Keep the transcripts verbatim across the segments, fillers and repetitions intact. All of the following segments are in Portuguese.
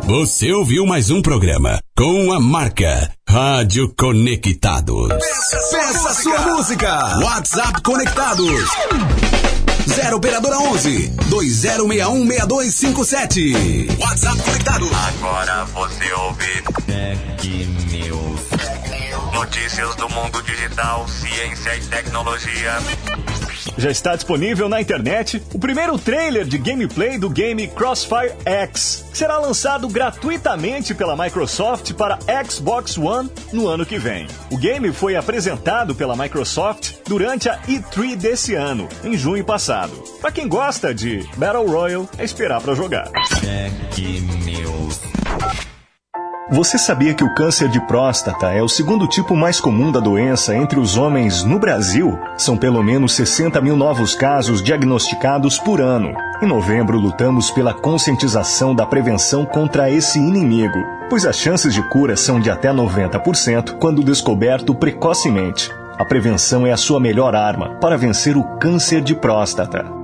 Você ouviu mais um programa com a marca Rádio Conectados. Peça, peça sua música. WhatsApp Conectados. zero operadora onze, dois zero seis um, seis dois cinco sete. WhatsApp Conectados. Agora você ouve Tech News. Notícias do mundo digital, ciência e tecnologia. Já está disponível na internet o primeiro trailer de gameplay do game Crossfire X, que será lançado gratuitamente pela Microsoft para Xbox One no ano que vem. O game foi apresentado pela Microsoft durante a E três desse ano, em junho passado. Para quem gosta de Battle Royale, é esperar para jogar. Tech News. Você sabia que o câncer de próstata é o segundo tipo mais comum da doença entre os homens no Brasil? São pelo menos sessenta mil novos casos diagnosticados por ano. Em novembro, lutamos pela conscientização da prevenção contra esse inimigo, pois as chances de cura são de até noventa por cento quando descoberto precocemente. A prevenção é a sua melhor arma para vencer o câncer de próstata.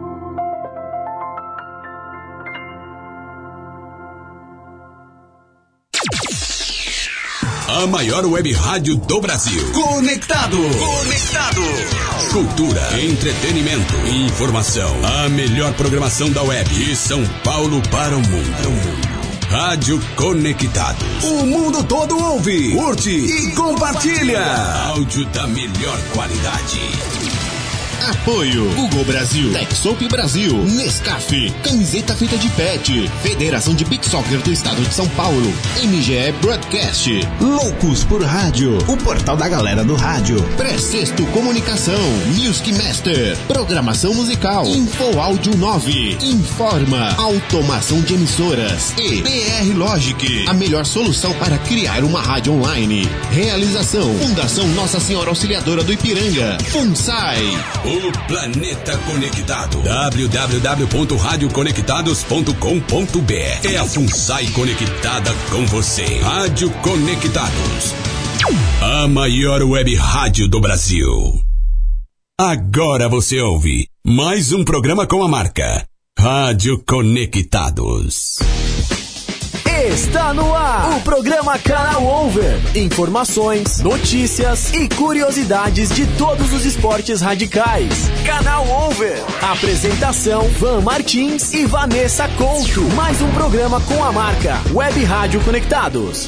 A maior web rádio do Brasil. Conectado. Conectado. Cultura, entretenimento e informação. A melhor programação da web de São Paulo para o mundo. Rádio Conectados. O mundo todo ouve, curte e compartilha. Áudio da melhor qualidade. Apoio Google Brasil, TechSoup Brasil, Nescafé, camiseta feita de pet, Federação de Beach Soccer do Estado de São Paulo, M G E Broadcast, Loucos por Rádio, o portal da galera do rádio, Precesto Comunicação, Music Master, Programação Musical, Info Áudio nove, Informa, Automação de Emissoras e P R Logic, a melhor solução para criar uma rádio online. Realização, Fundação Nossa Senhora Auxiliadora do Ipiranga, FUNSAI. O planeta conectado. w w w ponto rádio conectados ponto com ponto b r. É a FUNSAI conectada com você. Rádio Conectados. A maior web rádio do Brasil. Agora você ouve mais um programa com a marca Rádio Conectados. Está no ar o programa Canal Over. Informações, notícias e curiosidades de todos os esportes radicais. Canal Over. Apresentação: Van Martins e Vanessa Couto. Mais um programa com a marca Web Rádio Conectados.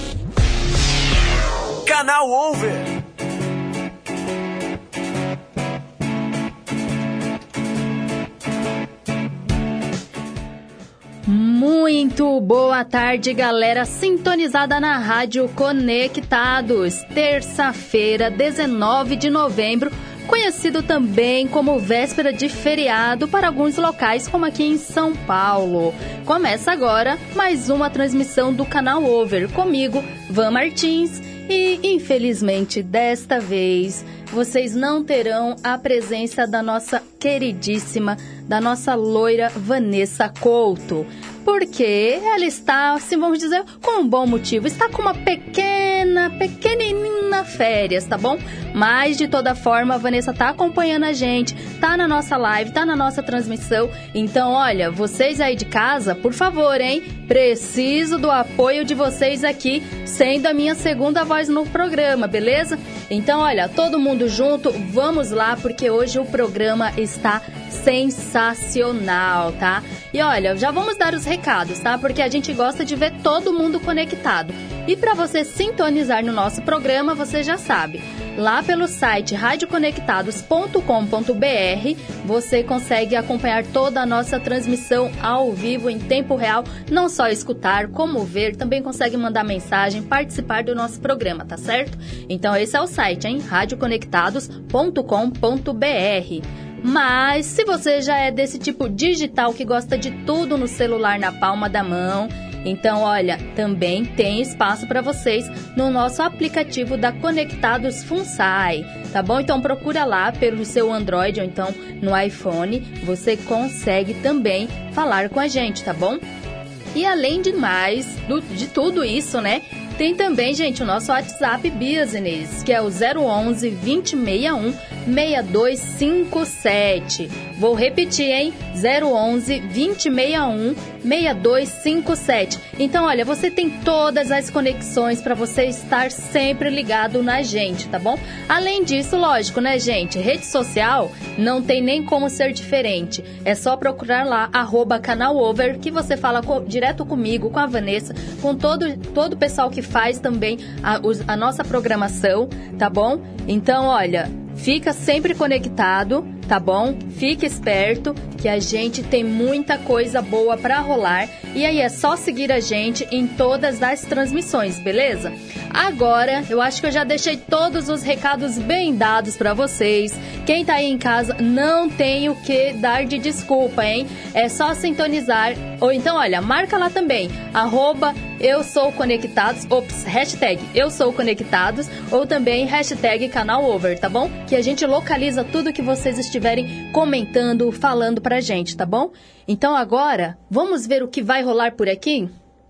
Canal Over. Muito boa tarde, galera sintonizada na Rádio Conectados. Terça-feira, dezenove de novembro, conhecido também como véspera de feriado para alguns locais, como aqui em São Paulo. Começa agora mais uma transmissão do Canal Over, comigo, Van Martins, e infelizmente desta vez vocês não terão a presença da nossa queridíssima, da nossa loira Vanessa Couto, porque ela está, assim vamos dizer, com um bom motivo, está com uma pequena, pequenina férias, tá bom? Mas de toda forma a Vanessa tá acompanhando a gente, tá na nossa live, tá na nossa transmissão, então olha, vocês aí de casa, por favor, hein? Preciso do apoio de vocês aqui, sendo a minha segunda voz no programa, beleza? Então olha, todo mundo junto, vamos lá, porque hoje o programa está sensacional, tá? E olha, já vamos dar os recados, tá? Porque a gente gosta de ver todo mundo conectado. E para você sintonizar no nosso programa, você já sabe, lá pelo site rádio conectados ponto com ponto b r você consegue acompanhar toda a nossa transmissão ao vivo em tempo real, não só escutar, como ver, também consegue mandar mensagem, participar do nosso programa, tá certo? Então esse é o site, hein? rádio conectados ponto com ponto b r. Mas se você já é desse tipo digital que gosta de tudo no celular na palma da mão, então olha, também tem espaço para vocês no nosso aplicativo da Conectados FUNSAI, tá bom? Então procura lá pelo seu Android ou então no iPhone, você consegue também falar com a gente, tá bom? E além de mais, do, de tudo isso, né? Tem também, gente, o nosso WhatsApp Business, que é o zero onze, vinte e sessenta e um, seis dois cinco sete. Vou repetir, hein? zero onze, vinte, sessenta e um, seis dois cinco sete. Então, olha, você tem todas as conexões para você estar sempre ligado na gente, tá bom? Além disso, lógico, né, gente? Rede social não tem nem como ser diferente. É só procurar lá, arroba canal over, que você fala co- direto comigo, com a Vanessa, com todo, todo o pessoal que faz também a, os, a nossa programação, tá bom? Então, olha, fica sempre conectado, tá bom? Fique esperto que a gente tem muita coisa boa pra rolar. E aí é só seguir a gente em todas as transmissões, beleza? Agora, eu acho que eu já deixei todos os recados bem dados pra vocês. Quem tá aí em casa não tem o que dar de desculpa, hein? É só sintonizar. Ou então, olha, marca lá também, arroba eu sou conectados, ops, hashtag eu sou conectados, ou também hashtag canal over, tá bom? Que a gente localiza tudo que vocês estiverem comentando, falando pra gente, tá bom? Então agora, vamos ver o que vai rolar por aqui?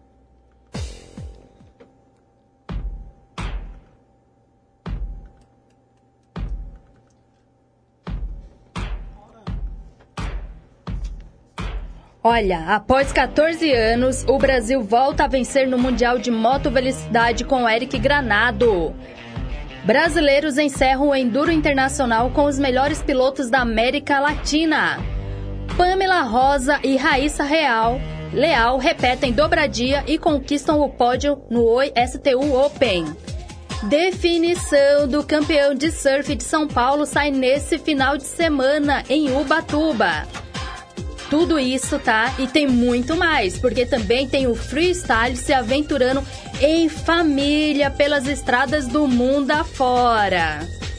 Olha, após quatorze anos, o Brasil volta a vencer no Mundial de Moto Velocidade com Eric Granado. Brasileiros encerram o Enduro Internacional com os melhores pilotos da América Latina. Pamela Rosa e Raíssa Real, Leal repetem dobradia e conquistam o pódio no Oi S T U Open. Definição do campeão de surf de São Paulo sai nesse final de semana em Ubatuba. Tudo isso, tá? E tem muito mais, porque também tem o freestyle se aventurando em família pelas estradas do mundo afora.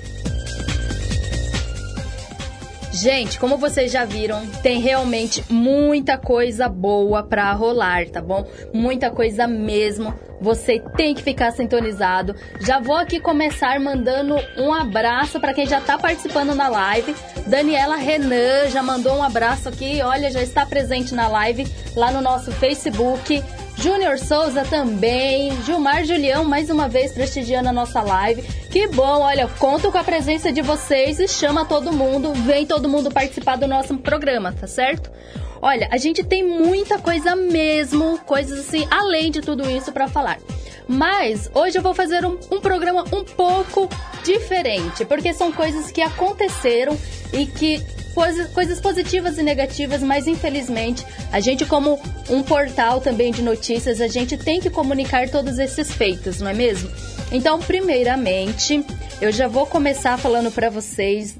Gente, como vocês já viram, tem realmente muita coisa boa pra rolar, tá bom? Muita coisa mesmo. Você tem que ficar sintonizado. Já vou aqui começar mandando um abraço para quem já tá participando na live. Daniela Renan já mandou um abraço aqui. Olha, já está presente na live lá no nosso Facebook. Júnior Souza também. Gilmar Julião, mais uma vez, prestigiando a nossa live. Que bom, olha, conto com a presença de vocês e chama todo mundo. Vem todo mundo participar do nosso programa, tá certo? Olha, a gente tem muita coisa mesmo, coisas assim, além de tudo isso para falar. Mas hoje eu vou fazer um, um programa um pouco diferente, porque são coisas que aconteceram e que... coisas positivas e negativas, mas infelizmente a gente, como um portal também de notícias, a gente tem que comunicar todos esses feitos, não é mesmo? Então, primeiramente, eu já vou começar falando para vocês,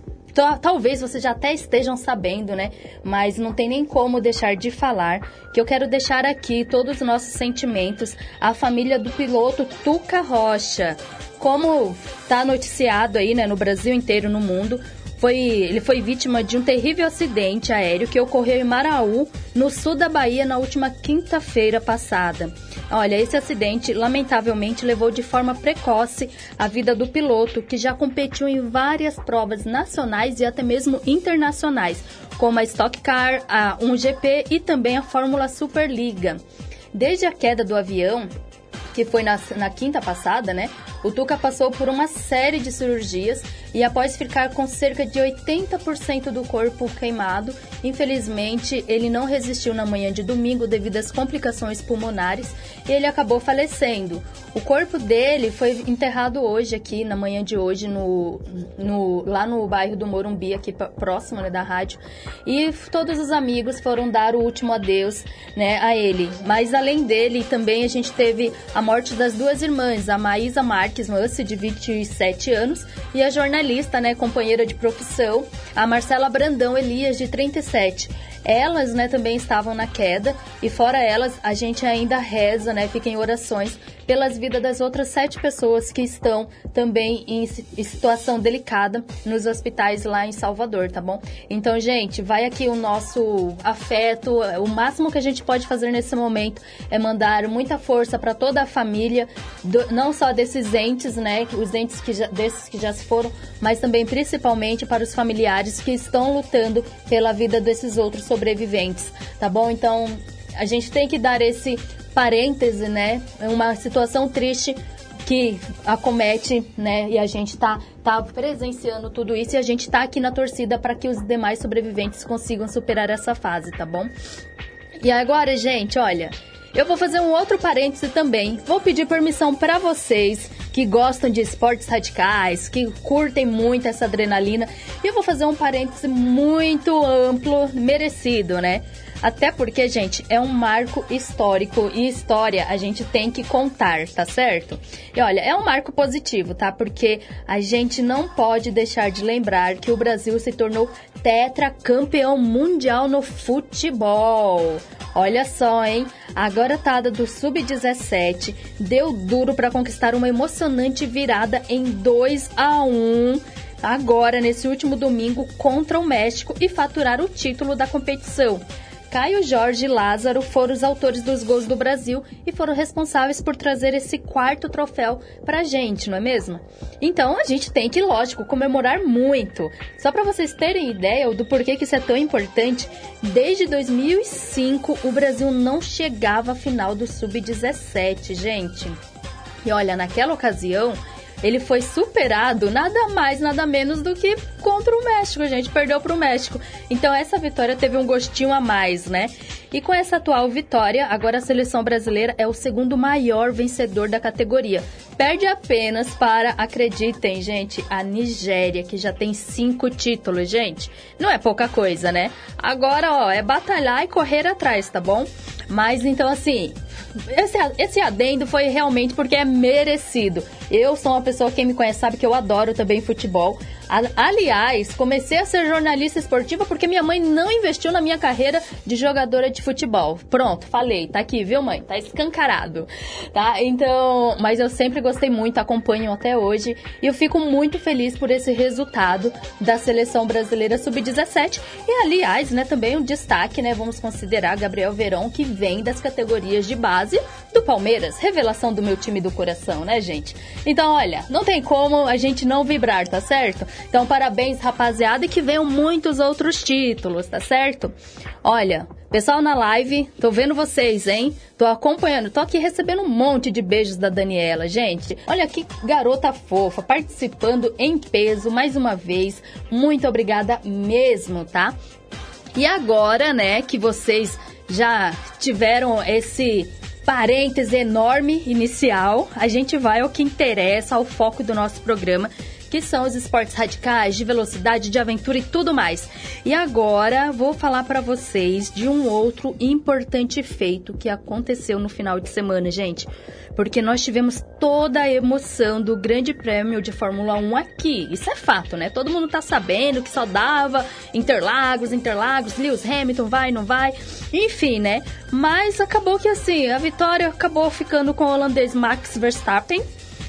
talvez vocês já até estejam sabendo, né? Mas não tem nem como deixar de falar, que eu quero deixar aqui todos os nossos sentimentos à família do piloto Tuca Rocha. Como tá noticiado aí, né, no Brasil inteiro, no mundo, Foi, ele foi vítima de um terrível acidente aéreo que ocorreu em Maraú, no sul da Bahia, na última quinta-feira passada. Olha, esse acidente, lamentavelmente, levou de forma precoce a vida do piloto, que já competiu em várias provas nacionais e até mesmo internacionais, como a Stock Car, a um G P e também a Fórmula Superliga. Desde a queda do avião, que foi na, na quinta passada, né? O Tuca passou por uma série de cirurgias e após ficar com cerca de oitenta por cento do corpo queimado, infelizmente ele não resistiu na manhã de domingo devido às complicações pulmonares e ele acabou falecendo. O corpo dele foi enterrado hoje aqui, na manhã de hoje, no, no, lá no bairro do Morumbi, aqui próximo, né, da rádio. E todos os amigos foram dar o último adeus, né, a ele. Mas além dele, também a gente teve a morte das duas irmãs, a Maísa Marques Mussi, de vinte e sete anos, e a jornalista, né, companheira de profissão, a Marcela Brandão Elias, de trinta e sete. Elas, né, também estavam na queda e fora elas, a gente ainda reza, né, fica em orações pelas vidas das outras sete pessoas que estão também em, em situação delicada nos hospitais lá em Salvador, tá bom? Então, gente, vai aqui o nosso afeto, o máximo que a gente pode fazer nesse momento é mandar muita força para toda a família, do, não só desses entes, né, os entes que já, desses que já se foram, mas também principalmente para os familiares que estão lutando pela vida desses outros sobreviventes, tá bom? Então, a gente tem que dar esse parêntese, né? Uma situação triste que acomete, né? E a gente tá, tá presenciando tudo isso e a gente tá aqui na torcida para que os demais sobreviventes consigam superar essa fase, tá bom? E agora, gente, olha, eu vou fazer um outro parêntese também. Vou pedir permissão para vocês que gostam de esportes radicais, que curtem muito essa adrenalina. E eu vou fazer um parêntese muito amplo, merecido, né? Até porque, gente, é um marco histórico e história a gente tem que contar, tá certo? E olha, é um marco positivo, tá? Porque a gente não pode deixar de lembrar que o Brasil se tornou tetracampeão mundial no futebol. Olha só, hein? A garotada do sub dezessete deu duro para conquistar uma emocionante virada em dois a um agora, nesse último domingo, contra o México e faturar o título da competição. Caio Jorge e Lázaro foram os autores dos gols do Brasil e foram responsáveis por trazer esse quarto troféu pra gente, não é mesmo? Então a gente tem que, lógico, comemorar muito. Só para vocês terem ideia do porquê que isso é tão importante, desde dois mil e cinco o Brasil não chegava à final do sub dezessete, gente. E olha, naquela ocasião ele foi superado nada mais, nada menos do que contra o México, a gente perdeu para o México. Então essa vitória teve um gostinho a mais, né? E com essa atual vitória, agora a seleção brasileira é o segundo maior vencedor da categoria. Perde apenas para, acreditem, gente, a Nigéria, que já tem cinco títulos, gente. Não é pouca coisa, né? Agora, ó, é batalhar e correr atrás, tá bom? Mas então, assim, esse, esse adendo foi realmente porque é merecido. Eu sou uma pessoa, quem me conhece sabe que eu adoro também futebol. Aliás, comecei a ser jornalista esportiva porque minha mãe não investiu na minha carreira de jogadora de futebol. Pronto, falei, tá aqui, viu, mãe? Tá escancarado, tá? Então, mas eu sempre gostei muito, acompanho até hoje e eu fico muito feliz por esse resultado da seleção brasileira sub dezessete. E, aliás, né, também um destaque, né, vamos considerar Gabriel Veron, que vem das categorias de base do Palmeiras, revelação do meu time do coração, né, gente? Então, olha, não tem como a gente não vibrar, tá certo? Então, parabéns, rapaziada, e que venham muitos outros títulos, tá certo? Olha, pessoal na live, tô vendo vocês, hein? Tô acompanhando, tô aqui recebendo um monte de beijos da Daniela, gente. Olha que garota fofa, participando em peso mais uma vez. Muito obrigada mesmo, tá? E agora, né, que vocês já tiveram esse parêntese enorme inicial, a gente vai ao que interessa, ao foco do nosso programa, que são os esportes radicais, de velocidade, de aventura e tudo mais. E agora vou falar para vocês de um outro importante feito que aconteceu no final de semana, gente. Porque nós tivemos toda a emoção do Grande Prêmio de Fórmula um aqui. Isso é fato, né? Todo mundo tá sabendo que só dava Interlagos, Interlagos, Lewis Hamilton, vai, não vai. Enfim, né? Mas acabou que assim, a vitória acabou ficando com o holandês Max Verstappen,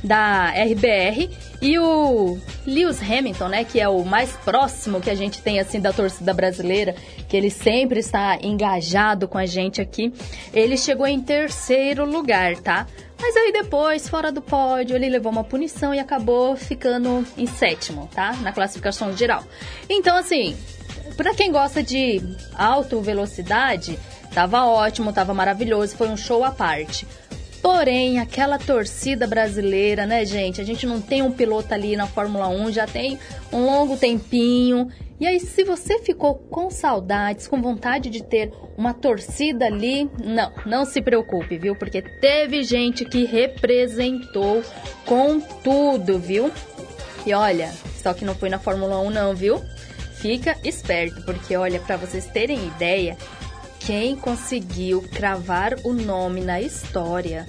da R B R, e o Lewis Hamilton, né, que é o mais próximo que a gente tem, assim, da torcida brasileira, que ele sempre está engajado com a gente aqui, ele chegou em terceiro lugar, tá? Mas aí depois, fora do pódio, ele levou uma punição e acabou ficando em sétimo, tá? Na classificação geral. Então, assim, pra quem gosta de alta velocidade, tava ótimo, tava maravilhoso, foi um show à parte. Porém, aquela torcida brasileira, né, gente? A gente não tem um piloto ali na Fórmula um, já tem um longo tempinho. E aí, se você ficou com saudades, com vontade de ter uma torcida ali, não, não se preocupe, viu? Porque teve gente que representou com tudo, viu? E olha, só que não foi na Fórmula um não, viu? Fica esperto, porque olha, para vocês terem ideia, quem conseguiu cravar o nome na história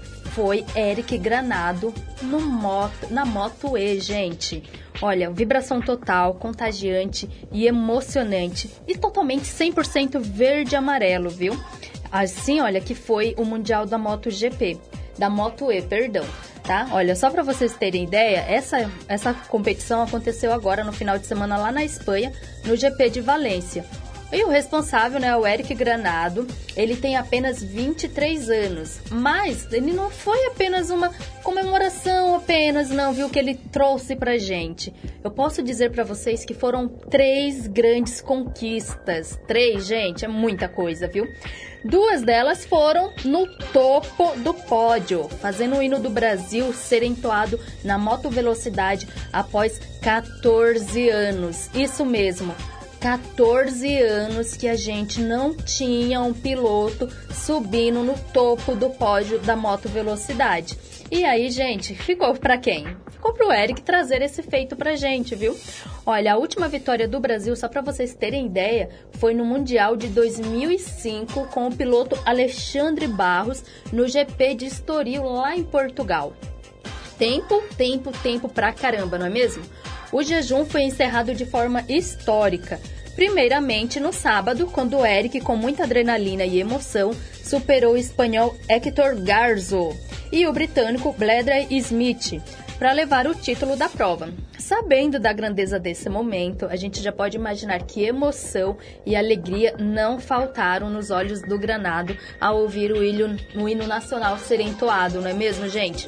foi Eric Granado no moto, na Moto E, gente. Olha, vibração total, contagiante e emocionante. E totalmente cem por cento verde e amarelo, viu? Assim, olha, que foi o Mundial da MotoGP. Da Moto E, perdão. Tá? Olha, só para vocês terem ideia, essa, essa competição aconteceu agora no final de semana lá na Espanha, no G P de Valência. E o responsável, né, o Eric Granado, ele tem apenas vinte e três anos, mas ele não foi apenas uma comemoração apenas, não, viu, que ele trouxe pra gente. Eu posso dizer pra vocês que foram três grandes conquistas. Três, gente, é muita coisa, viu? Duas delas foram no topo do pódio, fazendo o hino do Brasil ser entoado na moto velocidade após quatorze anos. Isso mesmo. quatorze anos que a gente não tinha um piloto subindo no topo do pódio da moto velocidade. E aí, gente, ficou pra quem? Ficou pro Eric trazer esse feito pra gente, viu? Olha, a última vitória do Brasil, só pra vocês terem ideia, foi no Mundial de dois mil e cinco com o piloto Alexandre Barros no G P de Estoril, lá em Portugal. Tempo, tempo, tempo pra caramba, não é mesmo? O jejum foi encerrado de forma histórica. Primeiramente no sábado, quando o Eric, com muita adrenalina e emoção, superou o espanhol Héctor Garzo e o britânico Bradley Smith para levar o título da prova. Sabendo da grandeza desse momento, a gente já pode imaginar que emoção e alegria não faltaram nos olhos do Granado ao ouvir o hino, o hino nacional ser entoado, não é mesmo, gente?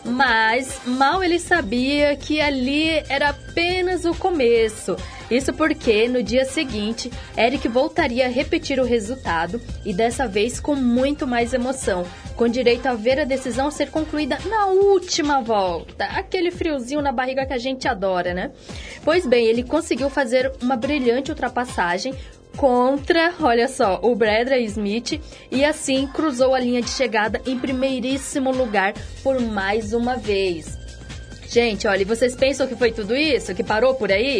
Mas mal ele sabia que ali era apenas o começo. Isso porque no dia seguinte, Eric voltaria a repetir o resultado e dessa vez com muito mais emoção, com direito a ver a decisão ser concluída na última volta. Aquele friozinho na barriga que a gente adora, né? Pois bem, ele conseguiu fazer uma brilhante ultrapassagem contra, olha só, o Bradley Smith e assim cruzou a linha de chegada em primeiríssimo lugar por mais uma vez. Gente, olha, vocês pensam que foi tudo isso? Que parou por aí?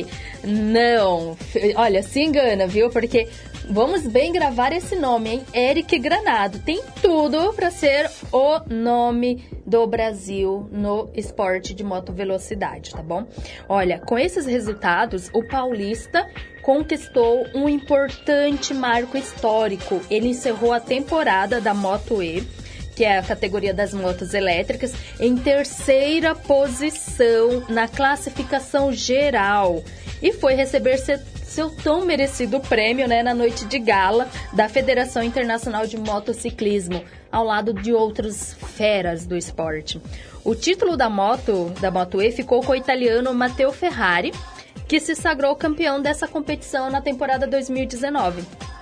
Não. Olha, se engana, viu? Porque vamos bem gravar esse nome, hein? Eric Granado. Tem tudo para ser o nome do Brasil no esporte de moto velocidade, tá bom? Olha, com esses resultados, o paulista conquistou um importante marco histórico. Ele encerrou a temporada da Moto E, que é a categoria das motos elétricas, em terceira posição na classificação geral. E foi receber seu, seu tão merecido prêmio, né, na noite de gala da Federação Internacional de Motociclismo, ao lado de outros feras do esporte. O título da moto, da Moto E ficou com o italiano Matteo Ferrari, que se sagrou campeão dessa competição na temporada dois mil e dezenove.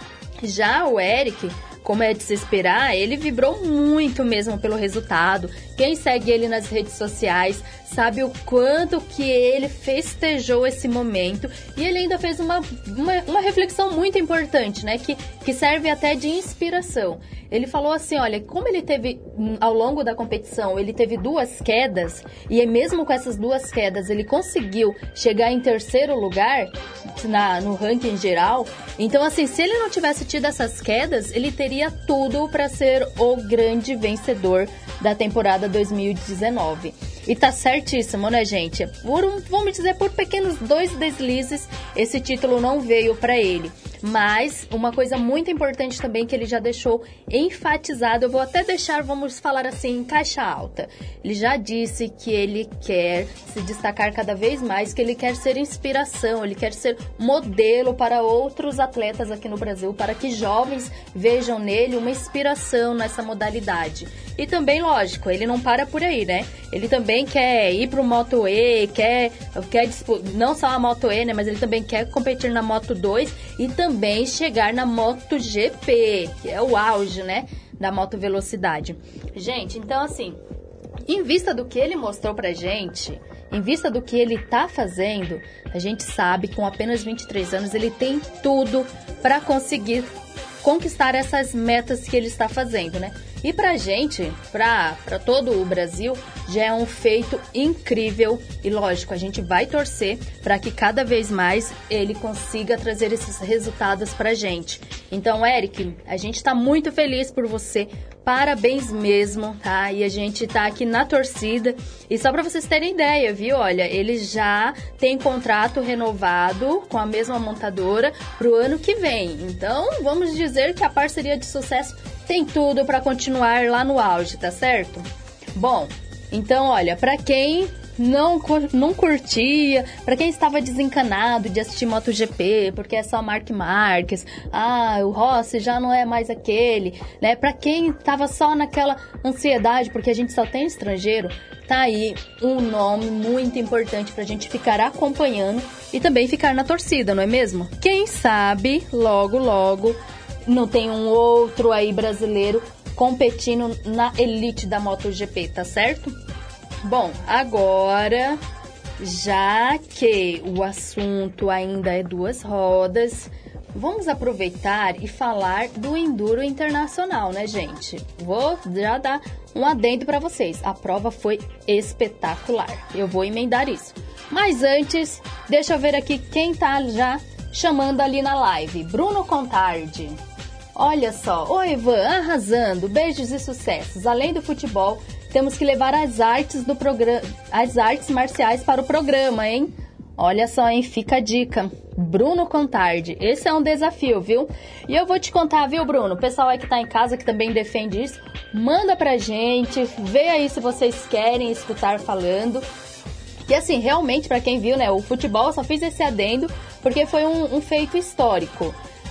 Já o Eric, como é de se esperar, ele vibrou muito mesmo pelo resultado. Quem segue ele nas redes sociais sabe o quanto que ele festejou esse momento. E ele ainda fez uma, uma, uma reflexão muito importante, né? Que, que serve até de inspiração. Ele falou assim, olha, como ele teve, ao longo da competição, ele teve duas quedas, e mesmo com essas duas quedas, ele conseguiu chegar em terceiro lugar na, no ranking geral. Então, assim, se ele não tivesse tido essas quedas, ele teria tudo para ser o grande vencedor da temporada dois mil e dezenove. E tá certíssimo, né, gente? Por um, vamos dizer, por pequenos dois deslizes, esse título não veio para ele. Mas uma coisa muito importante também que ele já deixou enfatizado, eu vou até deixar, vamos falar assim, em caixa alta. Ele já disse que ele quer se destacar cada vez mais, que ele quer ser inspiração, ele quer ser modelo para outros atletas aqui no Brasil, para que jovens vejam nele uma inspiração nessa modalidade. E também, lógico, ele não para por aí, né? Ele também quer ir pro Moto E, quer, quer não só a Moto E, né? Mas ele também quer competir na Moto dois e também chegar na Moto G P, que é o auge, né? Da moto velocidade. Gente, então assim, em vista do que ele mostrou pra gente, em vista do que ele tá fazendo, a gente sabe que com apenas vinte e três anos ele tem tudo para conseguir conquistar essas metas que ele está fazendo, né? E pra gente, pra, pra todo o Brasil, já é um feito incrível. E lógico, a gente vai torcer para que cada vez mais ele consiga trazer esses resultados pra gente. Então, Eric, a gente tá muito feliz por você. Parabéns mesmo, tá? E a gente tá aqui na torcida. E só pra vocês terem ideia, viu? Olha, ele já tem contrato renovado com a mesma montadora pro ano que vem. Então, vamos dizer que a parceria de sucesso tem tudo para continuar lá no auge, tá certo? Bom, então olha, para quem não, não curtia, para quem estava desencanado de assistir MotoGP, porque é só Marc Marques, ah, o Rossi já não é mais aquele, né? Para quem estava só naquela ansiedade, porque a gente só tem estrangeiro, tá aí um nome muito importante pra gente ficar acompanhando e também ficar na torcida, não é mesmo? Quem sabe, logo, logo, não tem um outro aí brasileiro competindo na elite da MotoGP, tá certo? Bom, agora, já que o assunto ainda é duas rodas, vamos aproveitar e falar do Enduro Internacional, né, gente? Vou já dar um adendo para vocês. A prova foi espetacular. Eu vou emendar isso. Mas antes, deixa eu ver aqui quem tá já chamando ali na live. Bruno Contardi. Olha só. Oi, Ivan, arrasando. Beijos e sucessos. Além do futebol, temos que levar as artes do programa, as artes marciais para o programa, hein? Olha só, hein? Fica a dica. Bruno Contardi. Esse é um desafio, viu? E eu vou te contar, viu, Bruno? O pessoal aí que tá em casa, que também defende isso, manda pra gente, vê aí se vocês querem escutar falando. E assim, realmente, pra quem viu, né, o futebol, eu só fiz esse adendo porque foi um, um feito histórico.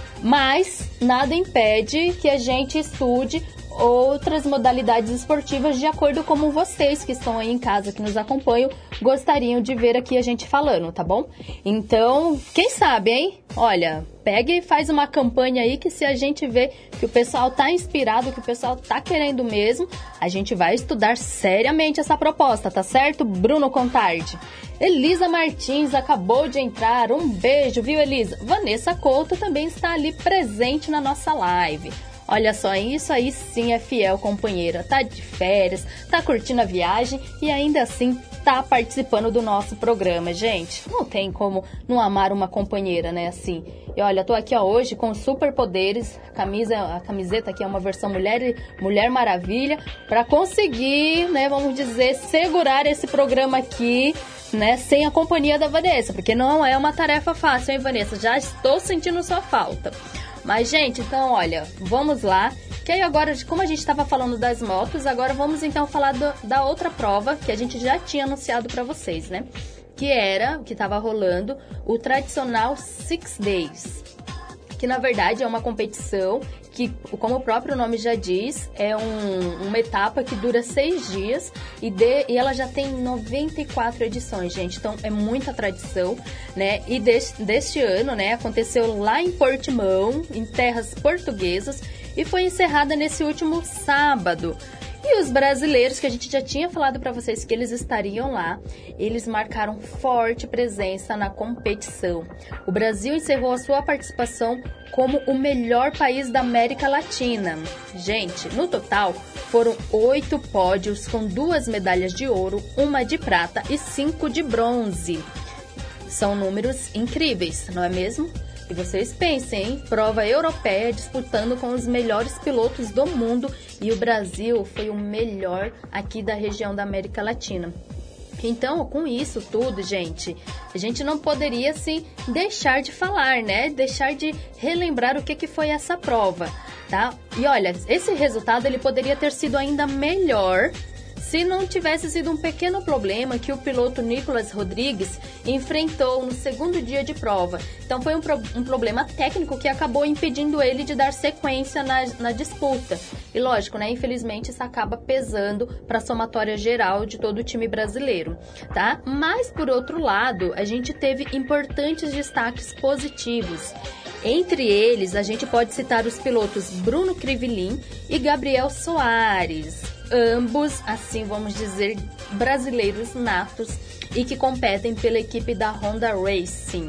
Mas nada impede que a gente estude outras modalidades esportivas de acordo com como vocês que estão aí em casa, que nos acompanham, gostariam de ver aqui a gente falando, tá bom? Então, quem sabe, hein? Olha, pega e faz uma campanha aí que se a gente vê que o pessoal tá inspirado, que o pessoal tá querendo mesmo, a gente vai estudar seriamente essa proposta, tá certo? Bruno Contardi. Elisa Martins acabou de entrar, um beijo, viu, Elisa? Vanessa Couto também está ali presente na nossa live. Olha só, isso aí sim é fiel companheira, tá de férias, tá curtindo a viagem e ainda assim tá participando do nosso programa, gente. Não tem como não amar uma companheira, né, assim. E olha, tô aqui ó, hoje com superpoderes, camisa, a camiseta aqui é uma versão Mulher, Mulher Maravilha, pra conseguir, né, vamos dizer, segurar esse programa aqui, né, sem a companhia da Vanessa, porque não é uma tarefa fácil, hein, Vanessa? Já estou sentindo sua falta. Mas, gente, então, olha, vamos lá. Que aí agora, como a gente estava falando das motos, agora vamos então falar do, da outra prova que a gente já tinha anunciado para vocês, né? Que era, que estava rolando, o tradicional Six Days. Que, na verdade, é uma competição que, como o próprio nome já diz, é um, uma etapa que dura seis dias e, de, e ela já tem noventa e quatro edições, gente. Então, é muita tradição, né? E deste, deste ano, né, aconteceu lá em Portimão, em terras portuguesas, e foi encerrada nesse último sábado. E os brasileiros, que a gente já tinha falado para vocês que eles estariam lá, eles marcaram forte presença na competição. O Brasil encerrou a sua participação como o melhor país da América Latina. Gente, no total, foram oito pódios com duas medalhas de ouro, uma de prata e cinco de bronze. São números incríveis, não é mesmo? E vocês pensem, hein? Prova europeia disputando com os melhores pilotos do mundo e o Brasil foi o melhor aqui da região da América Latina. Então, com isso tudo, gente, a gente não poderia, assim, deixar de falar, né? Deixar de relembrar o que, que foi essa prova, tá? E olha, esse resultado ele poderia ter sido ainda melhor se não tivesse sido um pequeno problema que o piloto Nicolas Rodrigues enfrentou no segundo dia de prova. Então foi um, pro, um problema técnico que acabou impedindo ele de dar sequência na, na disputa. E lógico, né? Infelizmente isso acaba pesando para a somatória geral de todo o time brasileiro, tá? Mas por outro lado, a gente teve importantes destaques positivos. Entre eles, a gente pode citar os pilotos Bruno Crivelin e Gabriel Soares. Ambos, assim vamos dizer, brasileiros natos e que competem pela equipe da Honda Racing.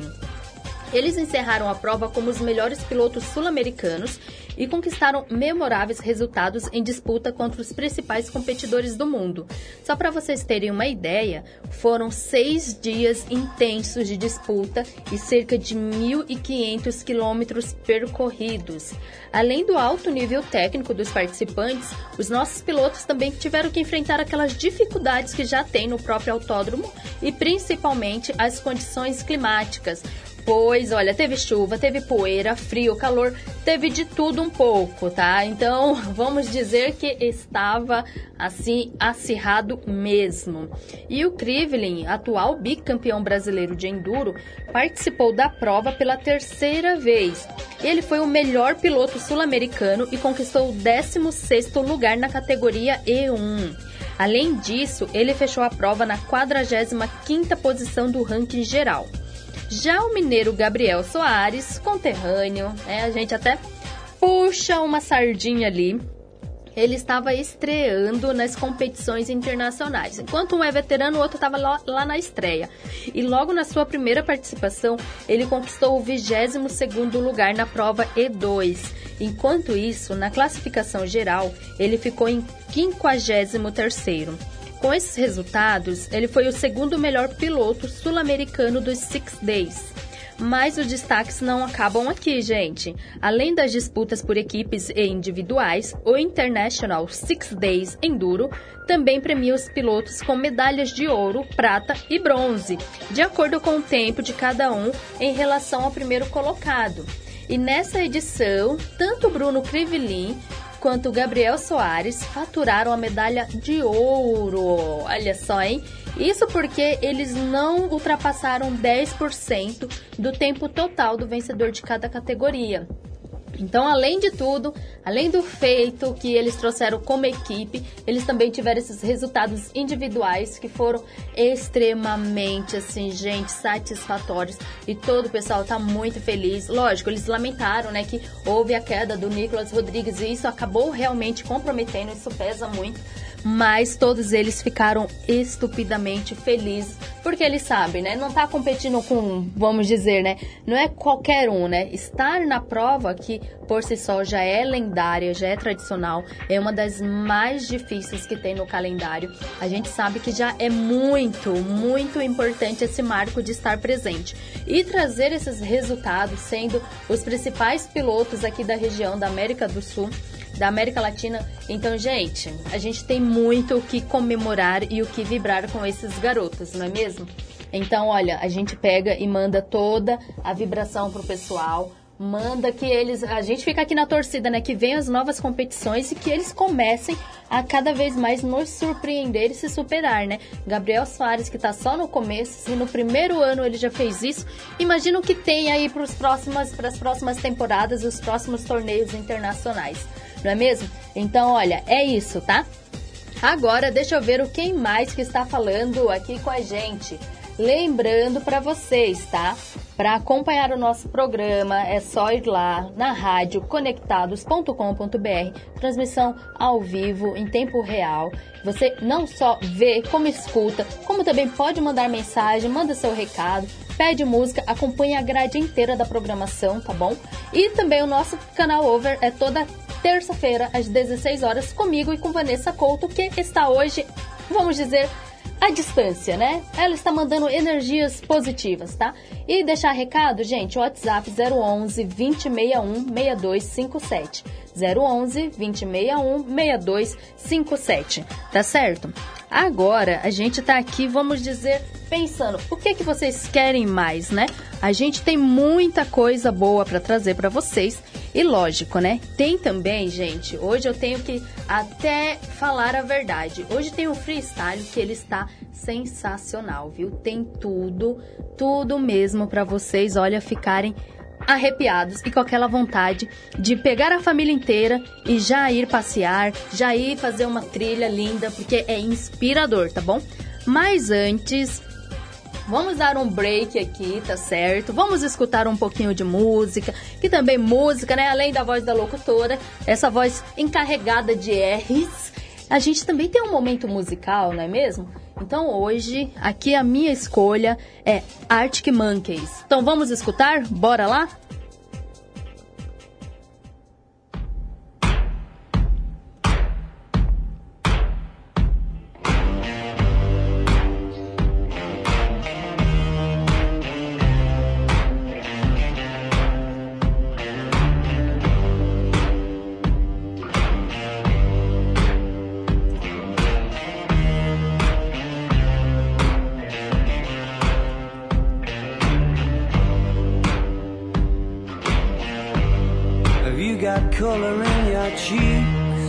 Eles encerraram a prova como os melhores pilotos sul-americanos e conquistaram memoráveis resultados em disputa contra os principais competidores do mundo. Só para vocês terem uma ideia, foram seis dias intensos de disputa e cerca de mil e quinhentos quilômetros percorridos. Além do alto nível técnico dos participantes, os nossos pilotos também tiveram que enfrentar aquelas dificuldades que já tem no próprio autódromo e principalmente as condições climáticas, depois, olha, teve chuva, teve poeira, frio, calor, teve de tudo um pouco, tá? Então, vamos dizer que estava, assim, acirrado mesmo. E o Crivellin, atual bicampeão brasileiro de enduro, participou da prova pela terceira vez. Ele foi o melhor piloto sul-americano e conquistou o décimo sexto lugar na categoria E um. Além disso, ele fechou a prova na quadragésima quinta posição do ranking geral. Já o mineiro Gabriel Soares, conterrâneo, né, a gente até puxa uma sardinha ali, ele estava estreando nas competições internacionais. Enquanto um é veterano, o outro estava lá, lá na estreia. E logo na sua primeira participação, ele conquistou o vigésimo segundo lugar na prova E dois. Enquanto isso, na classificação geral, ele ficou em quinquagésimo terceiro. Com esses resultados, ele foi o segundo melhor piloto sul-americano dos Six Days. Mas os destaques não acabam aqui, gente. Além das disputas por equipes e individuais, o International Six Days Enduro também premia os pilotos com medalhas de ouro, prata e bronze, de acordo com o tempo de cada um em relação ao primeiro colocado. E nessa edição, tanto Bruno Crivellin quanto Gabriel Soares faturaram a medalha de ouro. Olha só, hein? Isso porque eles não ultrapassaram dez por cento do tempo total do vencedor de cada categoria. Então, além de tudo, além do feito que eles trouxeram como equipe, eles também tiveram esses resultados individuais que foram extremamente, assim, gente, satisfatórios. E todo o pessoal tá muito feliz. Lógico, eles lamentaram, né, que houve a queda do Nicolas Rodrigues e isso acabou realmente comprometendo, isso pesa muito. Mas todos eles ficaram estupidamente felizes, porque eles sabem, né? Não tá competindo com, vamos dizer, né? Não é qualquer um, né? Estar na prova, que por si só já é lendária, já é tradicional, é uma das mais difíceis que tem no calendário. A gente sabe que já é muito, muito importante esse marco de estar presente. E trazer esses resultados, sendo os principais pilotos aqui da região da América do Sul, da América Latina. Então, gente, a gente tem muito o que comemorar e o que vibrar com esses garotos, não é mesmo? Então, olha, a gente pega e manda toda a vibração pro pessoal, manda que eles, a gente fica aqui na torcida, né, que venham as novas competições e que eles comecem a cada vez mais nos surpreender e se superar, né? Gabriel Soares, que tá só no começo, se no primeiro ano ele já fez isso, imagina o que tem aí para as próximas, pras próximas temporadas, os próximos torneios internacionais. Não é mesmo? Então, olha, é isso, tá? Agora, deixa eu ver o quem mais que está falando aqui com a gente. Lembrando para vocês, tá? Para acompanhar o nosso programa, é só ir lá na rádio conectados ponto com ponto br, transmissão ao vivo, em tempo real. Você não só vê, como escuta, como também pode mandar mensagem, manda seu recado, pede música, acompanha a grade inteira da programação, tá bom? E também o nosso canal Over é toda terça-feira, às dezesseis horas, comigo e com Vanessa Couto, que está hoje, vamos dizer, à distância, né? Ela está mandando energias positivas, tá? E deixar recado, gente, o WhatsApp zero onze, vinte, sessenta e um, sessenta e dois cinquenta e sete. zero onze, vinte, sessenta e um, sessenta e dois cinquenta e sete. Tá certo? Agora, a gente tá aqui, vamos dizer, pensando, o que que vocês querem mais, né? A gente tem muita coisa boa para trazer para vocês. E lógico, né? Tem também, gente, hoje eu tenho que até falar a verdade. Hoje tem um freestyle que ele está sensacional, viu? Tem tudo, tudo mesmo para vocês, olha, ficarem arrepiados e com aquela vontade de pegar a família inteira e já ir passear, já ir fazer uma trilha linda, porque é inspirador, tá bom? Mas antes, vamos dar um break aqui, tá certo? Vamos escutar um pouquinho de música, que também música, né? Além da voz da locutora, essa voz encarregada de R's, a gente também tem um momento musical, não é mesmo? Então hoje, aqui a minha escolha é Arctic Monkeys. Então vamos escutar? Bora lá? color in your cheeks?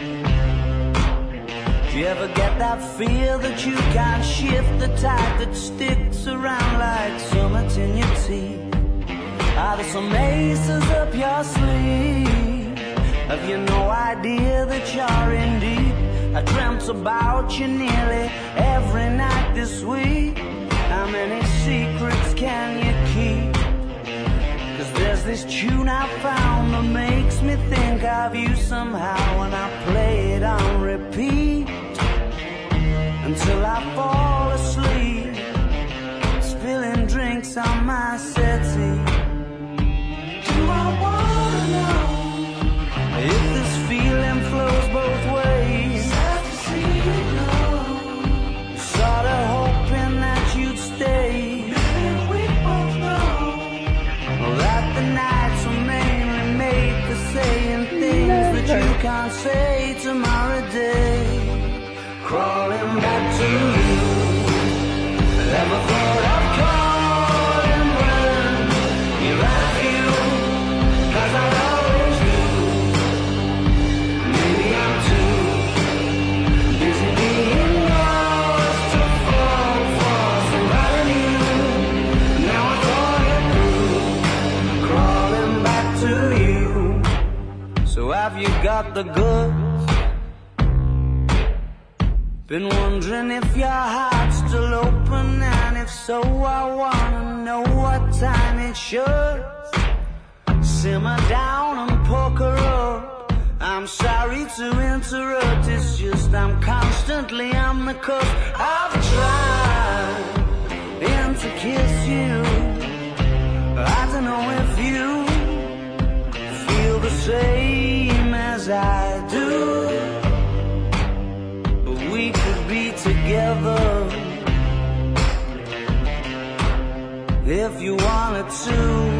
Do you ever get that feel that you can't shift, the tide that sticks around like summits in your teeth? Are there some aces up your sleeve? Have you no idea that you're in deep? I dreamt about you nearly every night this week. How many secrets can you keep? Cause there's this tune I found that makes me think of you somehow, and I play it on repeat until I fall asleep, spilling drinks on my settee. Do I wanna know if this feeling flows both ways? Sad to see you go. Sorta hoping that you'd stay. Maybe we both know that the nights were mainly made for saying things that you can't say tomorrow day. Crawling back to you. Never thought I'd calling when you're out of you, cause I always do. Maybe I'm too busy being lost to fall for somebody new. Now I thought it through, crawling back to you. So have you got the goods? Been wondering if your heart's still open, and if so, I wanna know what time it should. Simmer down and poker up. I'm sorry to interrupt, it's just I'm constantly on the cusp. I've tried and to kiss you. I don't know if you feel the same as I do. We could be together if you wanted to.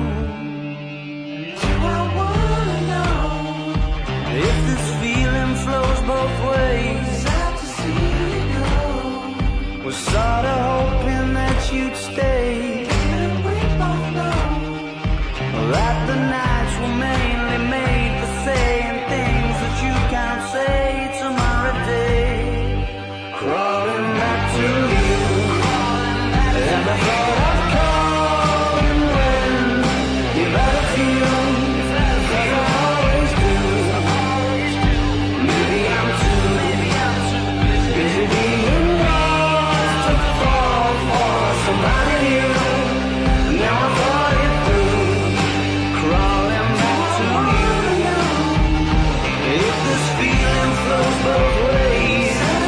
Do I wanna know if this feeling flows both ways? Sad to see you go. Was sorta hoping that you'd stay. And we both know that the nights were mainly made for saying things that you can't say tomorrow day. Crawling back to you, and I thought I'd call when you're out of you, cause I always do. Maybe I'm too busy being lost to fall for somebody new. Now I thought it through, crawling back to you. If this feeling flows both ways,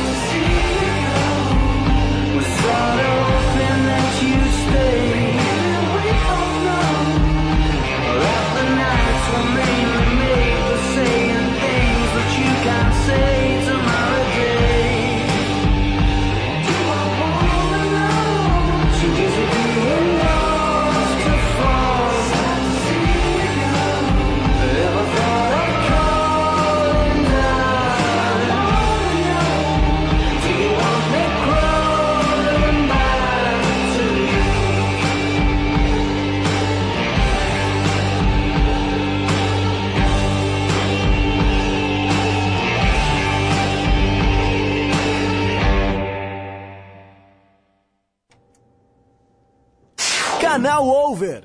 sorta hoping that you stay. We all know that the nights were mainly made for saying things that you can't say tomorrow day. Do I wanna know? Too busy being lost to fall. Sad to see you go. Ever thought of calling down? Do you want me crawling back to you? Canal Over.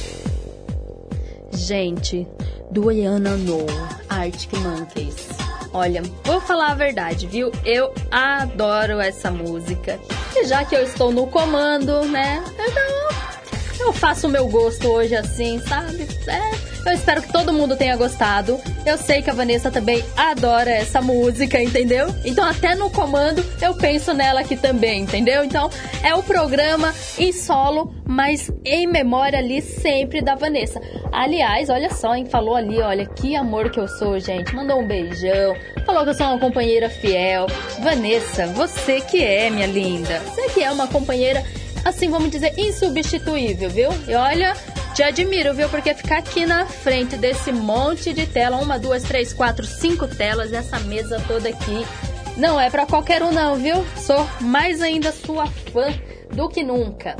Gente, do Ayana No, Arctic Monkeys. Olha, vou falar a verdade, viu? Eu adoro essa música. E já que eu estou no comando, né? Então, eu faço o meu gosto hoje assim, sabe? É, eu espero que todo mundo tenha gostado. Eu sei que a Vanessa também adora essa música, entendeu? Então até no comando eu penso nela aqui também, entendeu? Então é o programa em solo, mas em memória ali sempre da Vanessa. Aliás, olha só, hein? Falou ali, olha, que amor que eu sou, gente. Mandou um beijão, falou que eu sou uma companheira fiel. Vanessa, você que é, minha linda. Você que é uma companheira, assim, vamos dizer, insubstituível, viu? E olha, te admiro, viu? Porque ficar aqui na frente desse monte de tela, uma, duas, três, quatro, cinco telas, essa mesa toda aqui, não é pra qualquer um não, viu? Sou mais ainda sua fã do que nunca.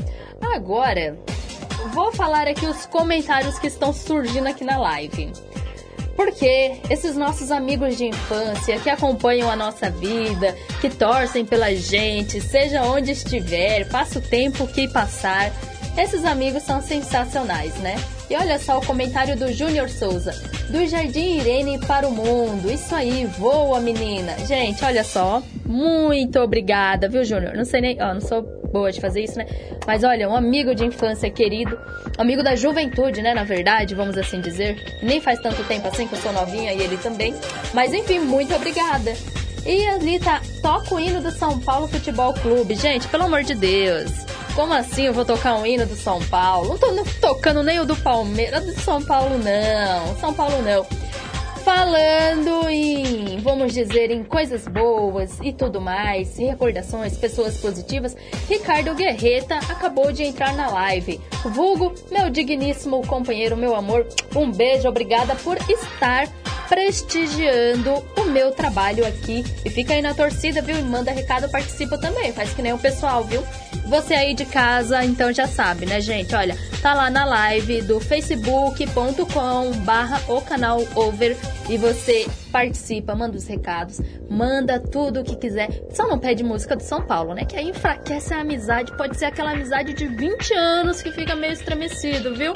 Agora, vou falar aqui os comentários que estão surgindo aqui na live. Porque esses nossos amigos de infância que acompanham a nossa vida, que torcem pela gente, seja onde estiver, passa o tempo que passar, esses amigos são sensacionais, né? E olha só o comentário do Júnior Souza. Do Jardim Irene para o mundo. Isso aí, voa, menina. Gente, olha só. Muito obrigada, viu, Júnior? Não sei nem... Ó, não sou boa de fazer isso, né? Mas olha, um amigo de infância querido. Amigo da juventude, né? Na verdade, vamos assim dizer. Nem faz tanto tempo assim que eu sou novinha e ele também. Mas enfim, muito obrigada. E ali tá... Toca o hino do São Paulo Futebol Clube. Gente, pelo amor de Deus. Como assim eu vou tocar um hino do São Paulo? Não tô não tocando nem o do Palmeiras, do São Paulo não, São Paulo não. Falando em, vamos dizer, em coisas boas e tudo mais, recordações, pessoas positivas, Ricardo Guerreta acabou de entrar na live. Vulgo, meu digníssimo companheiro, meu amor, um beijo, obrigada por estar prestigiando o meu trabalho aqui. E fica aí na torcida, viu? E manda recado, participa também, faz que nem o pessoal, viu? Você aí de casa, então já sabe, né, gente? Olha, tá lá na live do facebook ponto com barra o canal over e você participa, manda os recados, manda tudo o que quiser. Só não pede música do São Paulo, né? Que aí enfraquece a amizade, pode ser aquela amizade de vinte anos que fica meio estremecido, viu?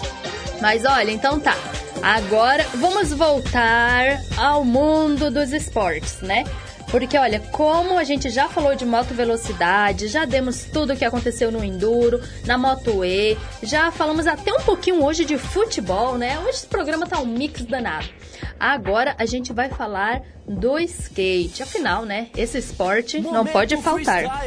Mas olha, então tá. Agora vamos voltar ao mundo dos esportes, né? Porque, olha, como a gente já falou de moto velocidade, já demos tudo o que aconteceu no Enduro, na Moto E, já falamos até um pouquinho hoje de futebol, né? Hoje esse programa tá um mix danado. Agora a gente vai falar do skate. Afinal, né, esse esporte Momento não pode faltar.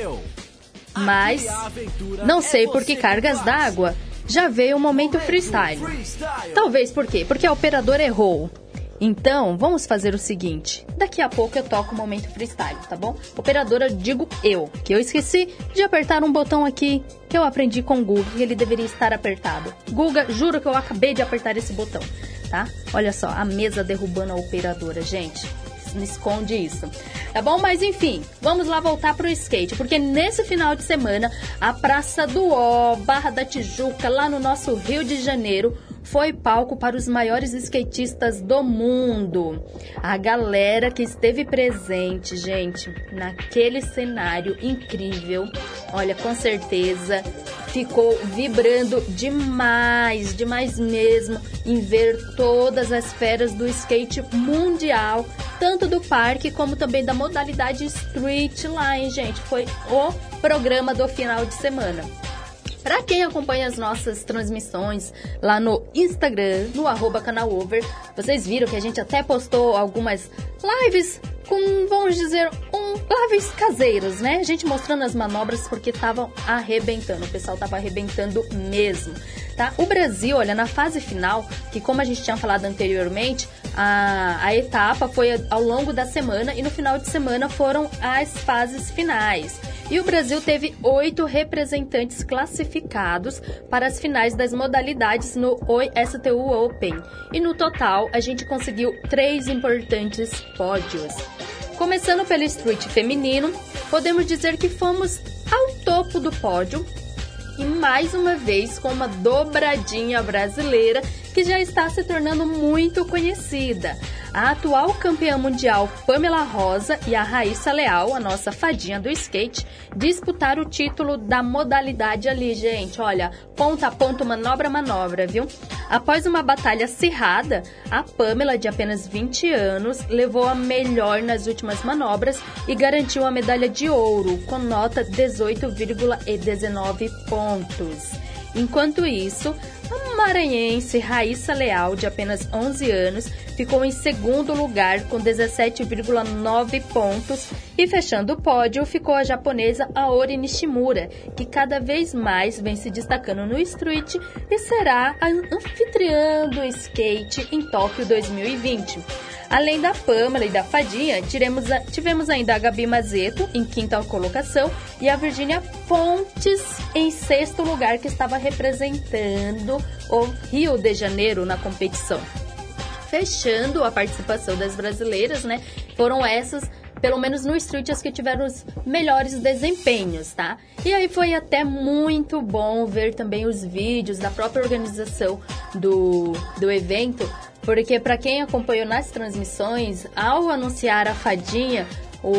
Mas, não sei por que cargas d'água, já veio o Momento Freestyle. Talvez por quê? Porque a operadora errou. Então, vamos fazer o seguinte. Daqui a pouco eu toco o Momento Freestyle, tá bom? Operadora, digo eu, que eu esqueci de apertar um botão aqui que eu aprendi com o Guga, que ele deveria estar apertado. Guga, juro que eu acabei de apertar esse botão, tá? Olha só, a mesa derrubando a operadora, gente. Não esconde isso, tá bom? Mas enfim, vamos lá voltar pro skate, porque nesse final de semana, a Praça do Ó, Barra da Tijuca, lá no nosso Rio de Janeiro, foi palco para os maiores skatistas do mundo. A galera que esteve presente, gente, naquele cenário incrível, olha, com certeza ficou vibrando demais, demais mesmo, em ver todas as feras do skate mundial, tanto do parque como também da modalidade street lá, hein, gente? Foi o programa do final de semana. Para quem acompanha as nossas transmissões lá no Instagram, no arroba canal over, vocês viram que a gente até postou algumas lives com, vamos dizer, um, lives caseiras, né? A gente mostrando as manobras porque estavam arrebentando, o pessoal tava arrebentando mesmo, tá? O Brasil, olha, na fase final, que como a gente tinha falado anteriormente, a, a etapa foi ao longo da semana e no final de semana foram as fases finais. E o Brasil teve oito representantes classificados para as finais das modalidades no Oi S T U Open. E no total, a gente conseguiu três importantes pódios. Começando pelo street feminino, podemos dizer que fomos ao topo do pódio. E mais uma vez com uma dobradinha brasileira que já está se tornando muito conhecida. A atual campeã mundial Pamela Rosa e a Raíssa Leal, a nossa fadinha do skate, disputaram o título da modalidade ali, gente. Olha, ponta a ponta, manobra a manobra, viu? Após uma batalha acirrada, a Pamela, de apenas vinte anos, levou a melhor nas últimas manobras e garantiu a medalha de ouro, com nota dezoito vírgula dezenove pontos. Enquanto isso, a maranhense Raíssa Leal, de apenas onze anos, ficou em segundo lugar com dezessete vírgula nove pontos e fechando o pódio ficou a japonesa Aori Nishimura, que cada vez mais vem se destacando no street e será a anfitriã do skate em Tóquio dois mil e vinte. Além da Pamela e da Fadinha, tivemos, a, tivemos ainda a Gabi Mazeto em quinta colocação e a Virgínia Pontes em sexto lugar, que estava representando o Rio de Janeiro na competição. Fechando a participação das brasileiras, né? Foram essas, pelo menos no street, as que tiveram os melhores desempenhos, tá? E aí foi até muito bom ver também os vídeos da própria organização do, do evento, Porque para quem acompanhou nas transmissões, ao anunciar a fadinha,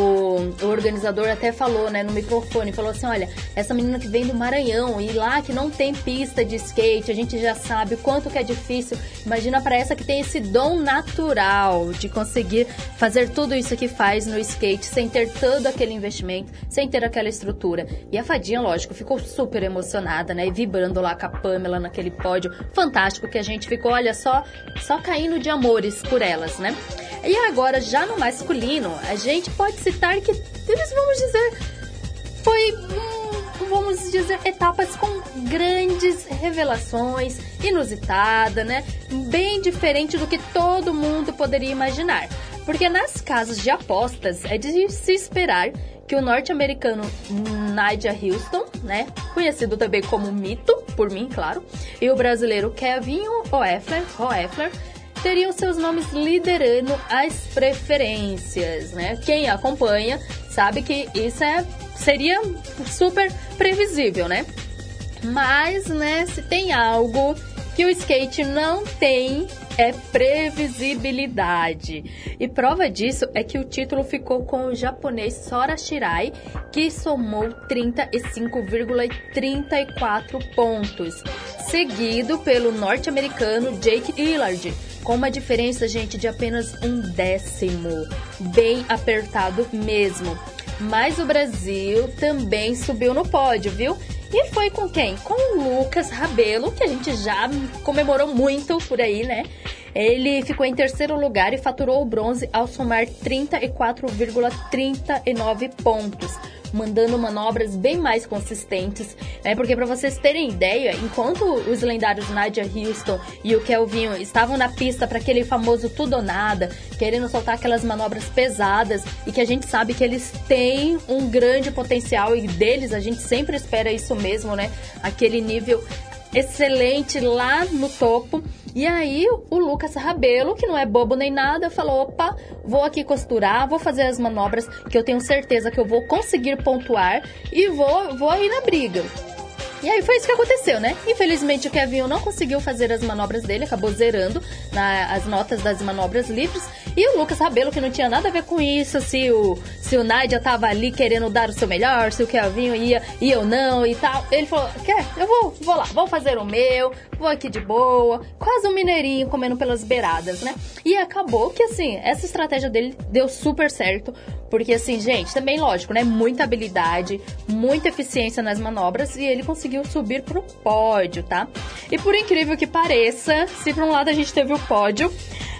O, o organizador até falou, né, no microfone, falou assim, olha, essa menina que vem do Maranhão e lá que não tem pista de skate, a gente já sabe o quanto que é difícil, imagina para essa que tem esse dom natural de conseguir fazer tudo isso que faz no skate, sem ter todo aquele investimento, sem ter aquela estrutura. E a fadinha, lógico, ficou super emocionada, né, e vibrando lá com a Pamela naquele pódio fantástico que a gente ficou, olha só, só caindo de amores por elas, né. E agora, já no masculino, a gente pode citar que eles, vamos dizer, foi, hum, vamos dizer, etapas com grandes revelações, inusitada, né? Bem diferente do que todo mundo poderia imaginar. Porque nas casas de apostas, é de se esperar que o norte-americano Nigel Houston, né, conhecido também como Mito, por mim, claro, e o brasileiro Kevin Hoeffler, Hoeffler, teriam seus nomes liderando as preferências, né? Quem acompanha sabe que isso é, seria super previsível, né? Mas, né, se tem algo que o skate não tem, é previsibilidade. E prova disso é que o título ficou com o japonês Sora Shirai, que somou trinta e cinco vírgula trinta e quatro pontos, seguido pelo norte-americano Jake Illard, com uma diferença, gente, de apenas um décimo. Bem apertado mesmo. Mas o Brasil também subiu no pódio, viu? E foi com quem? Com o Lucas Rabelo, que a gente já comemorou muito por aí, né? Ele ficou em terceiro lugar e faturou o bronze ao somar trinta e quatro vírgula trinta e nove pontos, mandando manobras bem mais consistentes, né? Porque para vocês terem ideia, enquanto os lendários Nigel Houston e o Kelvinho estavam na pista para aquele famoso tudo ou nada, querendo soltar aquelas manobras pesadas, e que a gente sabe que eles têm um grande potencial, e deles a gente sempre espera isso mesmo, né? Aquele nível excelente lá no topo. E aí o Lucas Rabelo, que não é bobo nem nada, falou, opa, vou aqui costurar, vou fazer as manobras que eu tenho certeza que eu vou conseguir pontuar e vou, vou aí na briga. E aí foi isso que aconteceu, né? Infelizmente o Kevin não conseguiu fazer as manobras dele, acabou zerando na, as notas das manobras livres. E o Lucas Rabelo, que não tinha nada a ver com isso, se o, se o Nádia tava ali querendo dar o seu melhor, se o Kevin ia e eu não e tal. Ele falou, quer? Eu vou, vou lá, vou fazer o meu, vou aqui de boa. Quase um mineirinho comendo pelas beiradas, né? E acabou que, assim, essa estratégia dele deu super certo. Porque, assim, gente, também lógico, né? Muita habilidade, muita eficiência nas manobras e ele conseguiu subir pro pódio, tá? E por incrível que pareça, se por um lado a gente teve o pódio,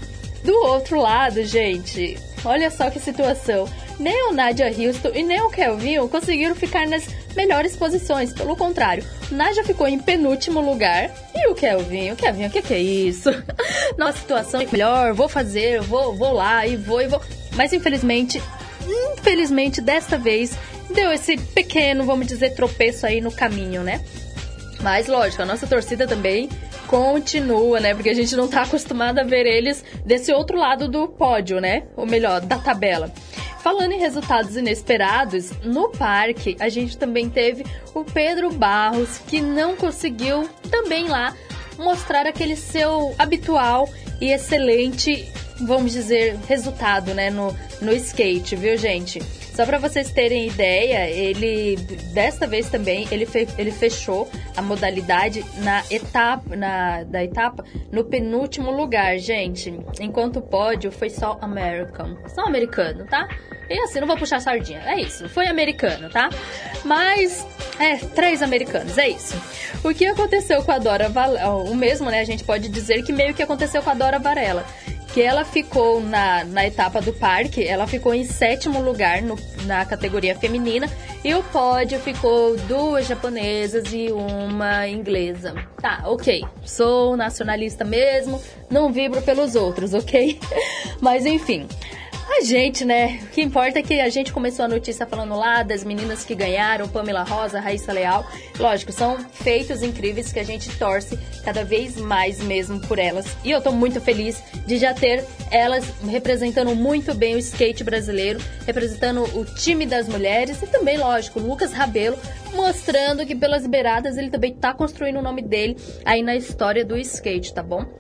do outro lado, gente, olha só que situação. Nem o Nigel Houston e nem o Kelvin conseguiram ficar nas melhores posições. Pelo contrário, o Nigel ficou em penúltimo lugar e o Kelvin, o Kelvin, o que, que é isso? Nossa situação é melhor, vou fazer, vou, vou lá e vou e vou. Mas infelizmente... Infelizmente, desta vez, deu esse pequeno, vamos dizer, tropeço aí no caminho, né? Mas, lógico, a nossa torcida também continua, né? Porque a gente não tá acostumado a ver eles desse outro lado do pódio, né? Ou melhor, da tabela. Falando em resultados inesperados, no parque a gente também teve o Pedro Barros, que não conseguiu também lá mostrar aquele seu habitual e excelente, vamos dizer, resultado, né, no, no skate, viu, gente? Só para vocês terem ideia, ele, desta vez também, ele, fe, ele fechou a modalidade na etapa, na, da etapa no penúltimo lugar, gente. Enquanto o pódio foi só American. Só americano, tá? E assim, não vou puxar sardinha. É isso, foi americano, tá? Mas, é, três americanos, é isso. O que aconteceu com a Dora Varela, o mesmo, né, a gente pode dizer que meio que aconteceu com a Dora Varela. Que ela ficou na, na etapa do parque, ela ficou em sétimo lugar no, na categoria feminina, e o pódio ficou duas japonesas e uma inglesa. Tá, ok, sou nacionalista mesmo, não vibro pelos outros, ok? Mas enfim... A gente, né, o que importa é que a gente começou a notícia falando lá das meninas que ganharam, Pamela Rosa, Raíssa Leal. Lógico, são feitos incríveis que a gente torce cada vez mais mesmo por elas. E eu tô muito feliz de já ter elas representando muito bem o skate brasileiro, representando o time das mulheres e também, lógico, o Lucas Rabelo, mostrando que pelas beiradas ele também tá construindo o nome dele aí na história do skate, tá bom?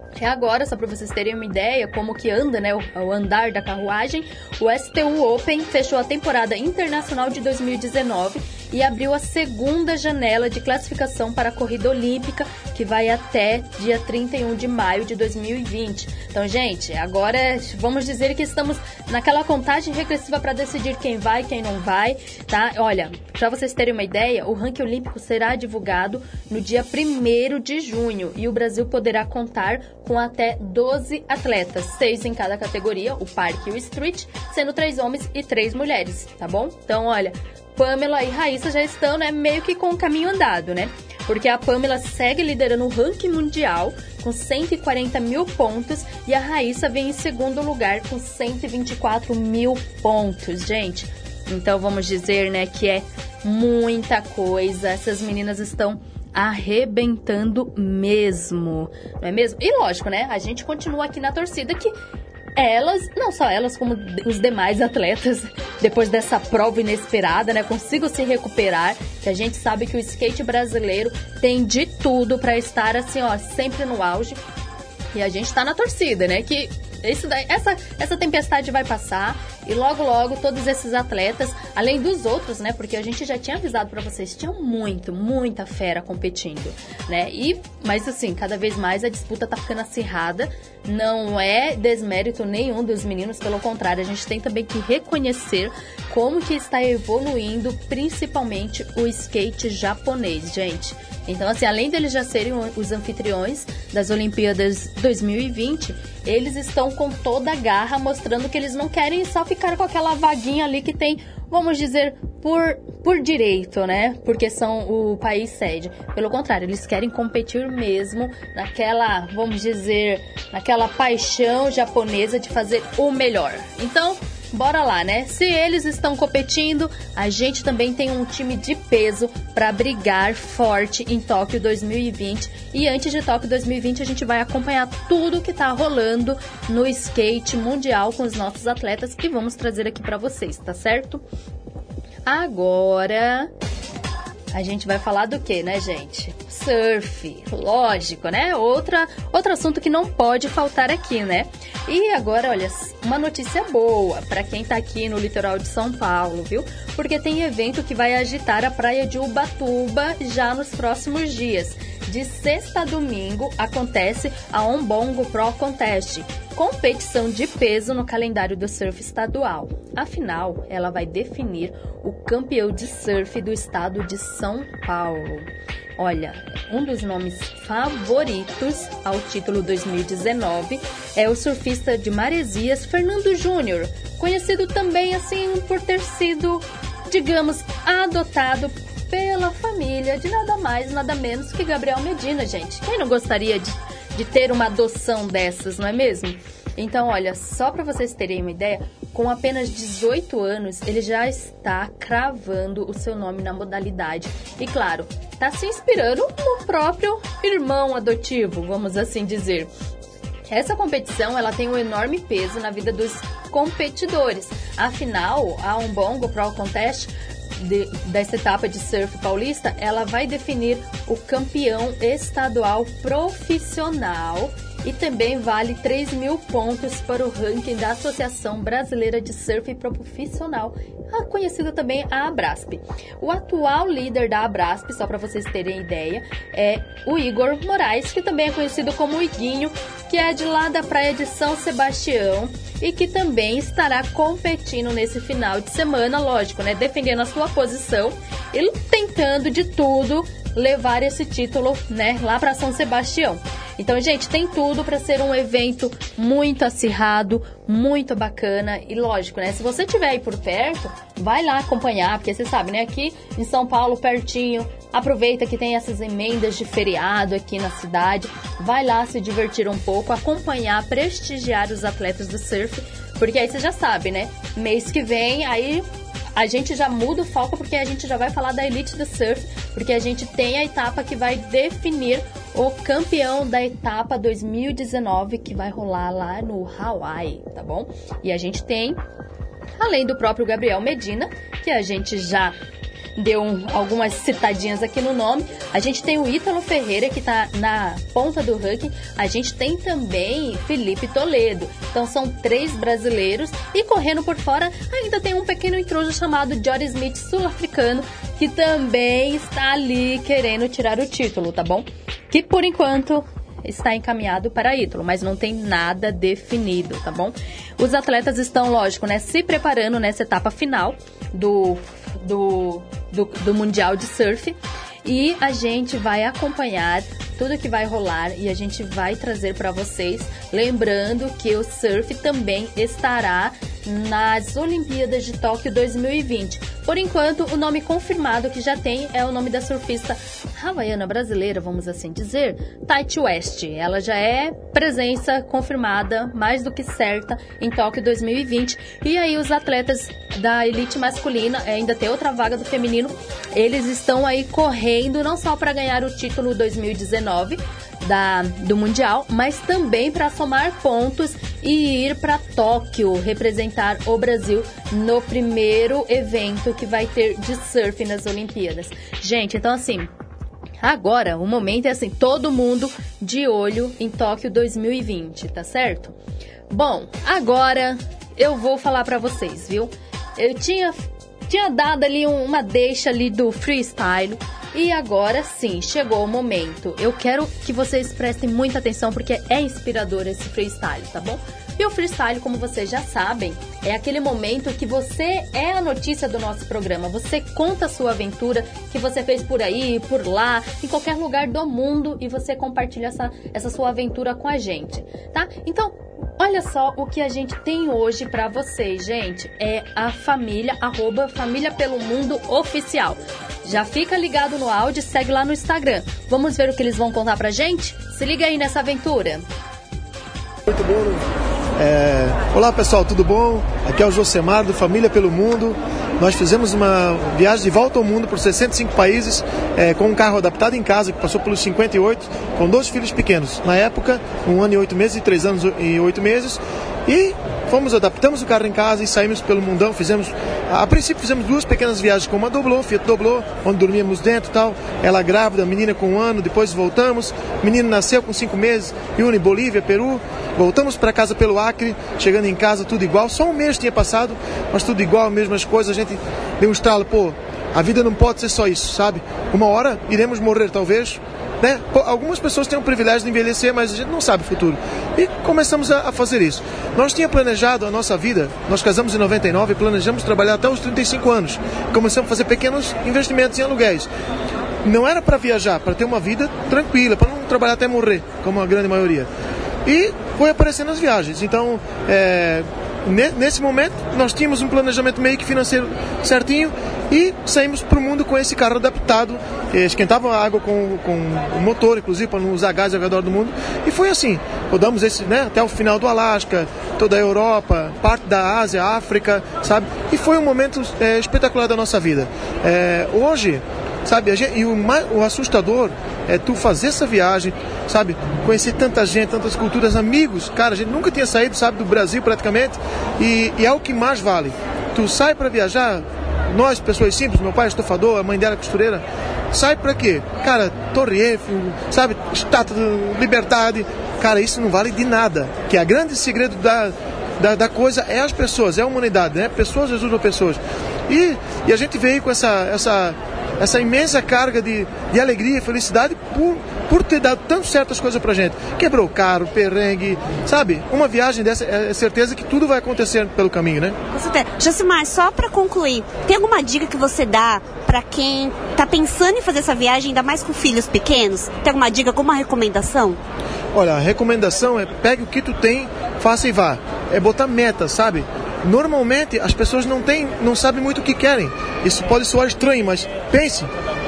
É agora, só para vocês terem uma ideia como que anda, né, o, o andar da carruagem, o S T U Open fechou a temporada internacional de dois mil e dezenove e abriu a segunda janela de classificação para a corrida olímpica, que vai até dia trinta e um de maio de dois mil e vinte. Então, gente, agora vamos dizer que estamos naquela contagem regressiva para decidir quem vai, quem não vai, tá? Olha, para vocês terem uma ideia, o ranking olímpico será divulgado no dia primeiro de junho e o Brasil poderá contar com até doze atletas, seis em cada categoria, o parque e o street, sendo três homens e três mulheres, tá bom? Então, olha, Pamela e Raíssa já estão, né, meio que com o caminho andado, né? Porque a Pamela segue liderando o ranking mundial com cento e quarenta mil pontos e a Raíssa vem em segundo lugar com cento e vinte e quatro mil pontos, gente. Então, vamos dizer, né, que é muita coisa. Essas meninas estão arrebentando mesmo, não é mesmo? E lógico, né, a gente continua aqui na torcida que elas, não só elas, como os demais atletas, depois dessa prova inesperada, né, consigam se recuperar, que a gente sabe que o skate brasileiro tem de tudo para estar assim, ó, sempre no auge. E a gente tá na torcida, né, que esse daí, essa, essa tempestade vai passar e logo, logo todos esses atletas, além dos outros, né, porque a gente já tinha avisado pra vocês, tinham muito, muita fera competindo, né, e, mas assim, cada vez mais a disputa tá ficando acirrada, não é desmérito nenhum dos meninos, pelo contrário, a gente tem também que reconhecer como que está evoluindo, principalmente o skate japonês, gente. Então, assim, além deles já serem os anfitriões das Olimpíadas dois mil e vinte, eles estão com toda a garra, mostrando que eles não querem só ficar com aquela vaguinha ali que tem, vamos dizer, por, por direito, né? Porque são o país sede. Pelo contrário, eles querem competir mesmo naquela, vamos dizer, naquela paixão japonesa de fazer o melhor. Então, bora lá, né? Se eles estão competindo, a gente também tem um time de peso para brigar forte em Tóquio dois mil e vinte. E antes de Tóquio dois mil e vinte, a gente vai acompanhar tudo que tá rolando no skate mundial com os nossos atletas e vamos trazer aqui para vocês, tá certo? Agora, a gente vai falar do que, né, gente? Surf, lógico, né? Outra, outro assunto que não pode faltar aqui, né? E agora, olha, uma notícia boa para quem tá aqui no litoral de São Paulo, viu? Porque tem evento que vai agitar a praia de Ubatuba já nos próximos dias. De sexta a domingo acontece a Ombongo Pro Contest, competição de peso no calendário do surf estadual. Afinal, ela vai definir o campeão de surf do estado de São Paulo. Olha, um dos nomes favoritos ao título dois mil e dezenove é o surfista de Maresias, Fernando Júnior, conhecido também assim por ter sido, digamos, adotado pela família de nada mais, nada menos que Gabriel Medina, gente. Quem não gostaria de, de ter uma adoção dessas, não é mesmo? Então, olha, só para vocês terem uma ideia, com apenas dezoito anos, ele já está cravando o seu nome na modalidade. E, claro, está se inspirando no próprio irmão adotivo, vamos assim dizer. Essa competição, ela tem um enorme peso na vida dos competidores. Afinal, a Ombongo Pro Contest, de, dessa etapa de surf paulista, ela vai definir o campeão estadual profissional e também vale três mil pontos para o ranking da Associação Brasileira de Surf Profissional, conhecida também a Abrasp. O atual líder da Abrasp, só para vocês terem ideia, é o Igor Moraes, que também é conhecido como Iguinho, que é de lá da praia de São Sebastião e que também estará competindo nesse final de semana, lógico, né, defendendo a sua posição e tentando de tudo levar esse título, né, lá para São Sebastião. Então, gente, tem tudo para ser um evento muito acirrado, muito bacana e lógico, né? Se você estiver aí por perto, vai lá acompanhar, porque você sabe, né? Aqui em São Paulo, pertinho, aproveita que tem essas emendas de feriado aqui na cidade, vai lá se divertir um pouco, acompanhar, prestigiar os atletas do surf, porque aí você já sabe, né? Mês que vem, aí a gente já muda o foco porque a gente já vai falar da Elite do Surf, porque a gente tem a etapa que vai definir o campeão da etapa dois mil e dezenove que vai rolar lá no Hawaii, tá bom? E a gente tem, além do próprio Gabriel Medina, que a gente já deu um, algumas citadinhas aqui no nome. A gente tem o Ítalo Ferreira, que está na ponta do ranking. A gente tem também Felipe Toledo. Então são três brasileiros. E correndo por fora, ainda tem um pequeno intruso chamado Jory Smith, sul-africano, que também está ali querendo tirar o título, tá bom? Que por enquanto está encaminhado para Ítalo, mas não tem nada definido, tá bom? Os atletas estão, lógico, né, se preparando nessa etapa final do, do, do, do Mundial de Surf, e a gente vai acompanhar tudo que vai rolar e a gente vai trazer para vocês, lembrando que o surf também estará nas Olimpíadas de Tóquio dois mil e vinte. Por enquanto, o nome confirmado que já tem é o nome da surfista havaiana brasileira, vamos assim dizer, Tati West. Ela já é presença confirmada, mais do que certa, em Tóquio dois mil e vinte. E aí os atletas da elite masculina, ainda tem outra vaga do feminino, eles estão aí correndo não só para ganhar o título dois mil e dezenove da, do Mundial, mas também para somar pontos e ir para Tóquio representar o Brasil no primeiro evento que vai ter de surf nas Olimpíadas. Gente, então assim, agora o momento é assim, todo mundo de olho em Tóquio dois mil e vinte, tá certo? Bom, agora eu vou falar para vocês, viu? Eu tinha, tinha dado ali um, uma deixa ali do freestyle. E agora sim, chegou o momento. Eu quero que vocês prestem muita atenção porque é inspirador esse freestyle, tá bom? E o freestyle, como vocês já sabem, é aquele momento que você é a notícia do nosso programa. Você conta a sua aventura que você fez por aí, por lá, em qualquer lugar do mundo, e você compartilha essa, essa sua aventura com a gente, tá? Então, olha só o que a gente tem hoje pra vocês, gente. É a família, arroba Família Pelo Mundo Oficial. Já fica ligado no áudio, segue lá no Instagram. Vamos ver o que eles vão contar pra gente? Se liga aí nessa aventura. Muito bom. É... Olá pessoal, tudo bom? Aqui é o Josemar do Família Pelo Mundo. Nós fizemos uma viagem de volta ao mundo por sessenta e cinco países, é, com um carro adaptado em casa, que passou pelos cinquenta e oito, com dois filhos pequenos. Na época, um ano e oito meses e três anos e oito meses. E fomos, adaptamos o carro em casa e saímos pelo mundão. Fizemos, a princípio fizemos duas pequenas viagens com uma Doblô, Fiat Doblô, onde dormíamos dentro e tal. Ela grávida, menina com um ano, depois voltamos. O menino nasceu com cinco meses, Yuni, Bolívia, Peru. Voltamos para casa pelo Acre, chegando em casa tudo igual. Só um mês tinha passado, mas tudo igual, mesmas coisas. A gente deu um estralo, pô, a vida não pode ser só isso, sabe? Uma hora iremos morrer talvez, né? Algumas pessoas têm o privilégio de envelhecer, mas a gente não sabe o futuro. E começamos a, a fazer isso. Nós tínhamos planejado a nossa vida, nós casamos em noventa e nove e planejamos trabalhar até os trinta e cinco anos. Começamos a fazer pequenos investimentos em aluguéis. Não era para viajar, para ter uma vida tranquila, para não trabalhar até morrer, como a grande maioria. E foi aparecendo as viagens. Então, é, nesse momento, nós tínhamos um planejamento meio que financeiro certinho e saímos para o mundo com esse carro adaptado. Esquentava a água com, com o motor, inclusive, para não usar gás ao redor do mundo. E foi assim. Rodamos esse, né, até o final do Alasca, toda a Europa, parte da Ásia, África, sabe? E foi um momento é, espetacular da nossa vida. É, hoje... Sabe, a gente, e o, o assustador é tu fazer essa viagem, sabe, conhecer tanta gente, tantas culturas, amigos, cara, a gente nunca tinha saído, sabe, do Brasil praticamente, e, e é o que mais vale. Tu sai para viajar, nós, pessoas simples, meu pai é estofador, a mãe dela é costureira, sai para quê? Cara, Torre Eiffel, sabe, Estátua da Liberdade, cara, isso não vale de nada, que é o grande segredo da, da, da coisa é as pessoas, é a humanidade, né, pessoas ajudam pessoas, e, e a gente veio com essa... essa essa imensa carga de, de alegria e felicidade por, por ter dado tão certas coisas pra gente. Quebrou o carro, perrengue, sabe? Uma viagem dessa, é certeza que tudo vai acontecer pelo caminho, né? Com certeza. Josemar, só pra concluir, tem alguma dica que você dá pra quem tá pensando em fazer essa viagem, ainda mais com filhos pequenos? Tem alguma dica, alguma recomendação? Olha, a recomendação é pegue o que tu tem, faça e vá. É botar meta, sabe? Normalmente as pessoas não têm, não sabem muito o que querem. Isso pode soar estranho, mas pense,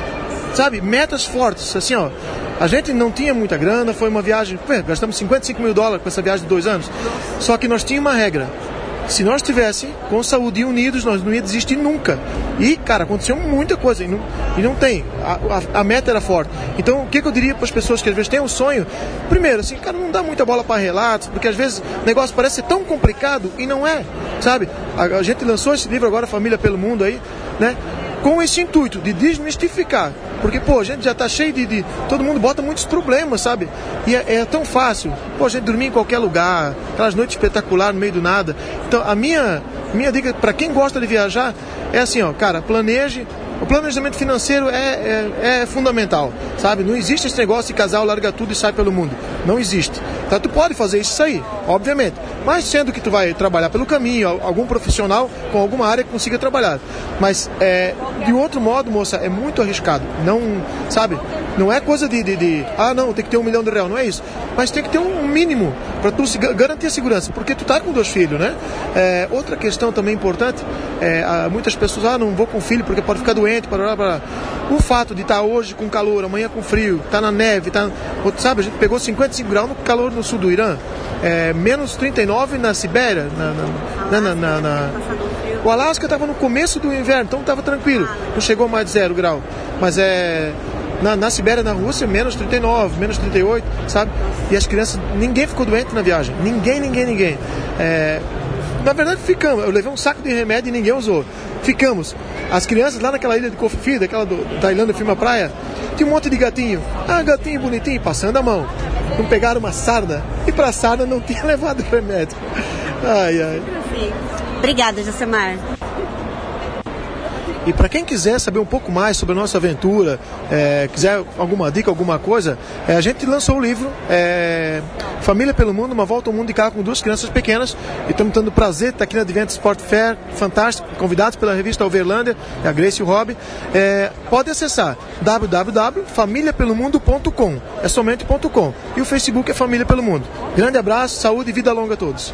sabe, metas fortes, assim ó. A gente não tinha muita grana, foi uma viagem, ué, gastamos cinquenta e cinco mil dólares com essa viagem de dois anos. Só que nós tínhamos uma regra. Se nós estivéssemos com saúde e unidos, nós não ia desistir nunca. E, cara, aconteceu muita coisa e não, e não tem. A, a, a meta era forte. Então, o que, que eu diria para as pessoas que às vezes têm um sonho? Primeiro, assim, cara, não dá muita bola para relatos, porque às vezes o negócio parece ser tão complicado e não é, sabe? A, a gente lançou esse livro agora, Família Pelo Mundo aí, né? com esse intuito de desmistificar. Porque, pô, a gente já tá cheio de, de... Todo mundo bota muitos problemas, sabe? E é, é tão fácil. Pô, a gente dormir em qualquer lugar, aquelas noites espetaculares no meio do nada. Então, a minha, minha dica para quem gosta de viajar é assim, ó, cara, planeje. O planejamento financeiro é, é, é fundamental, sabe? Não existe esse negócio de casal larga tudo e sai pelo mundo. Não existe. Então, tu pode fazer isso aí, obviamente. Mas sendo que tu vai trabalhar pelo caminho, algum profissional com alguma área que consiga trabalhar. Mas, é, de outro modo, moça, é muito arriscado. Não, sabe? Não é coisa de, de, de... Ah, não, tem que ter um milhão de reais. Não é isso. Mas tem que ter um mínimo para tu garantir a segurança. Porque tu tá com dois filhos, né? É, outra questão também importante, é, muitas pessoas, ah, não vou com filho porque pode ficar doente. Para, para. O fato de estar hoje com calor, amanhã com frio, tá na neve, tá, sabe, a gente pegou cinquenta e cinco graus no calor no sul do Irã, é, menos trinta e nove na Sibéria, na, na, na, na, na... o Alasca estava no começo do inverno, então estava tranquilo, não chegou mais de zero grau, mas é na, na Sibéria, na Rússia, menos trinta e nove, menos trinta e oito, sabe, e as crianças, ninguém ficou doente na viagem, ninguém, ninguém, ninguém. É... Na verdade ficamos, eu levei um saco de remédio e ninguém usou. Ficamos. As crianças lá naquela ilha de Koh Phi Phi, daquela do Tailândia, Firma Praia, tinha um monte de gatinho. Ah, gatinho bonitinho, passando a mão. Não pegaram uma sarna e pra sarna não tinha levado remédio. Ai, ai. Obrigada, Josemar. E para quem quiser saber um pouco mais sobre a nossa aventura, é, quiser alguma dica, alguma coisa, é, a gente lançou o livro é, Família pelo Mundo, uma volta ao mundo de carro com duas crianças pequenas. E estamos tendo o prazer de estar aqui na Advent Sport Fair, fantástico, convidados pela revista Overlândia, a Grace e o Rob. É, pode acessar w w w ponto família pelo mundo ponto com, é somente ponto .com. E o Facebook é Família pelo Mundo. Grande abraço, saúde e vida longa a todos.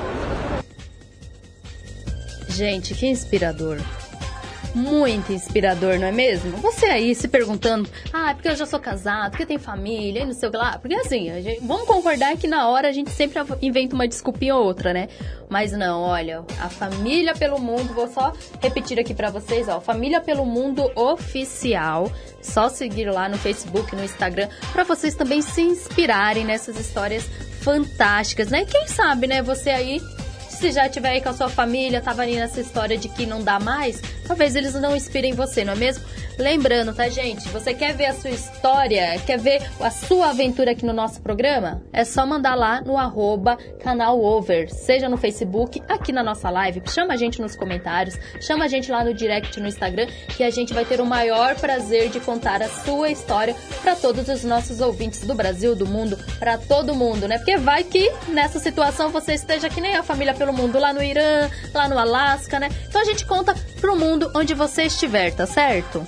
Gente, que inspirador. Muito inspirador, não é mesmo? Você aí se perguntando, ah, porque eu já sou casado, porque eu tenho família, e não sei o que lá. Porque assim, a gente, vamos concordar que na hora a gente sempre inventa uma desculpinha ou outra, né? Mas não, olha, a Família pelo Mundo, vou só repetir aqui pra vocês, ó, Família pelo Mundo Oficial. Só seguir lá no Facebook, no Instagram, pra vocês também se inspirarem nessas histórias fantásticas, né? E quem sabe, né, você aí, se já estiver aí com a sua família, tava ali nessa história de que não dá mais, talvez eles não inspirem você, não é mesmo? Lembrando, tá, gente? Você quer ver a sua história, quer ver a sua aventura aqui no nosso programa? É só mandar lá no arroba canal over, seja no Facebook, aqui na nossa live, chama a gente nos comentários, chama a gente lá no direct no Instagram, que a gente vai ter o maior prazer de contar a sua história para todos os nossos ouvintes do Brasil, do mundo, para todo mundo, né? Porque vai que nessa situação você esteja que nem a Família pelo Mundo, lá no Irã, lá no Alasca, né? Então a gente conta pro mundo onde você estiver, tá certo?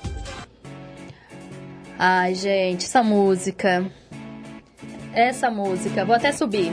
Ai, gente, essa música. Essa música, vou até subir.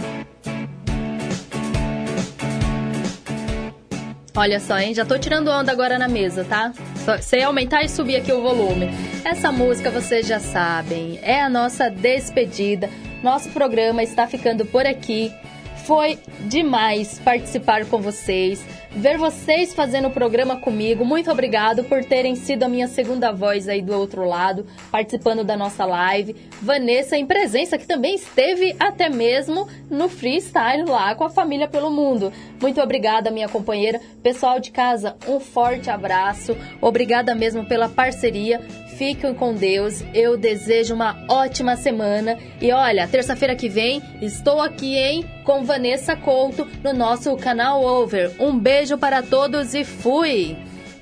Olha só, hein? Já tô tirando onda agora na mesa, tá? Só você aumentar e subir aqui o volume. Essa música, vocês já sabem, é a nossa despedida. Nosso programa está ficando por aqui. Foi demais participar com vocês, ver vocês fazendo o programa comigo. Muito obrigado por terem sido a minha segunda voz aí do outro lado, participando da nossa live. Vanessa em presença, que também esteve até mesmo no freestyle lá com a Família pelo Mundo. Muito obrigada, minha companheira. Pessoal de casa, um forte abraço. Obrigada mesmo pela parceria. Fiquem com Deus, eu desejo uma ótima semana. E olha, terça-feira que vem estou aqui, hein, com Vanessa Couto no nosso canal Over. Um beijo para todos e fui!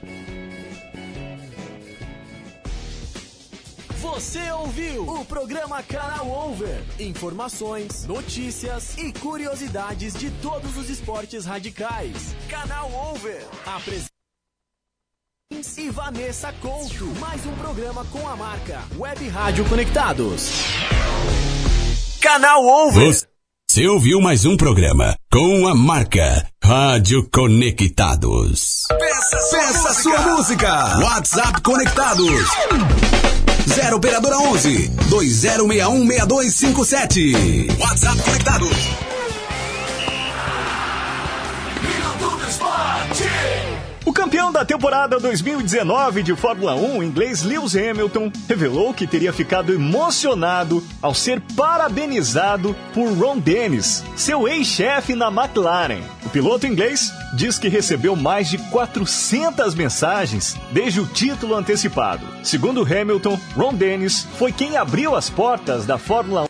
Você ouviu o programa Canal Over. Informações, notícias e curiosidades de todos os esportes radicais. Canal Over. Apresenta e Vanessa Couto, mais um programa com a marca Web Rádio Conectados. Canal Over. Você ouviu mais um programa com a marca Rádio Conectados. Peça sua, Peça música. sua música. WhatsApp Conectados. zero operadora onze, dois zero seis um, seis dois cinco sete. WhatsApp Conectados. O campeão da temporada dois mil e dezenove de Fórmula um, o inglês Lewis Hamilton, revelou que teria ficado emocionado ao ser parabenizado por Ron Dennis, seu ex-chefe na McLaren. O piloto inglês diz que recebeu mais de quatrocentas mensagens desde o título antecipado. Segundo Hamilton, Ron Dennis foi quem abriu as portas da Fórmula um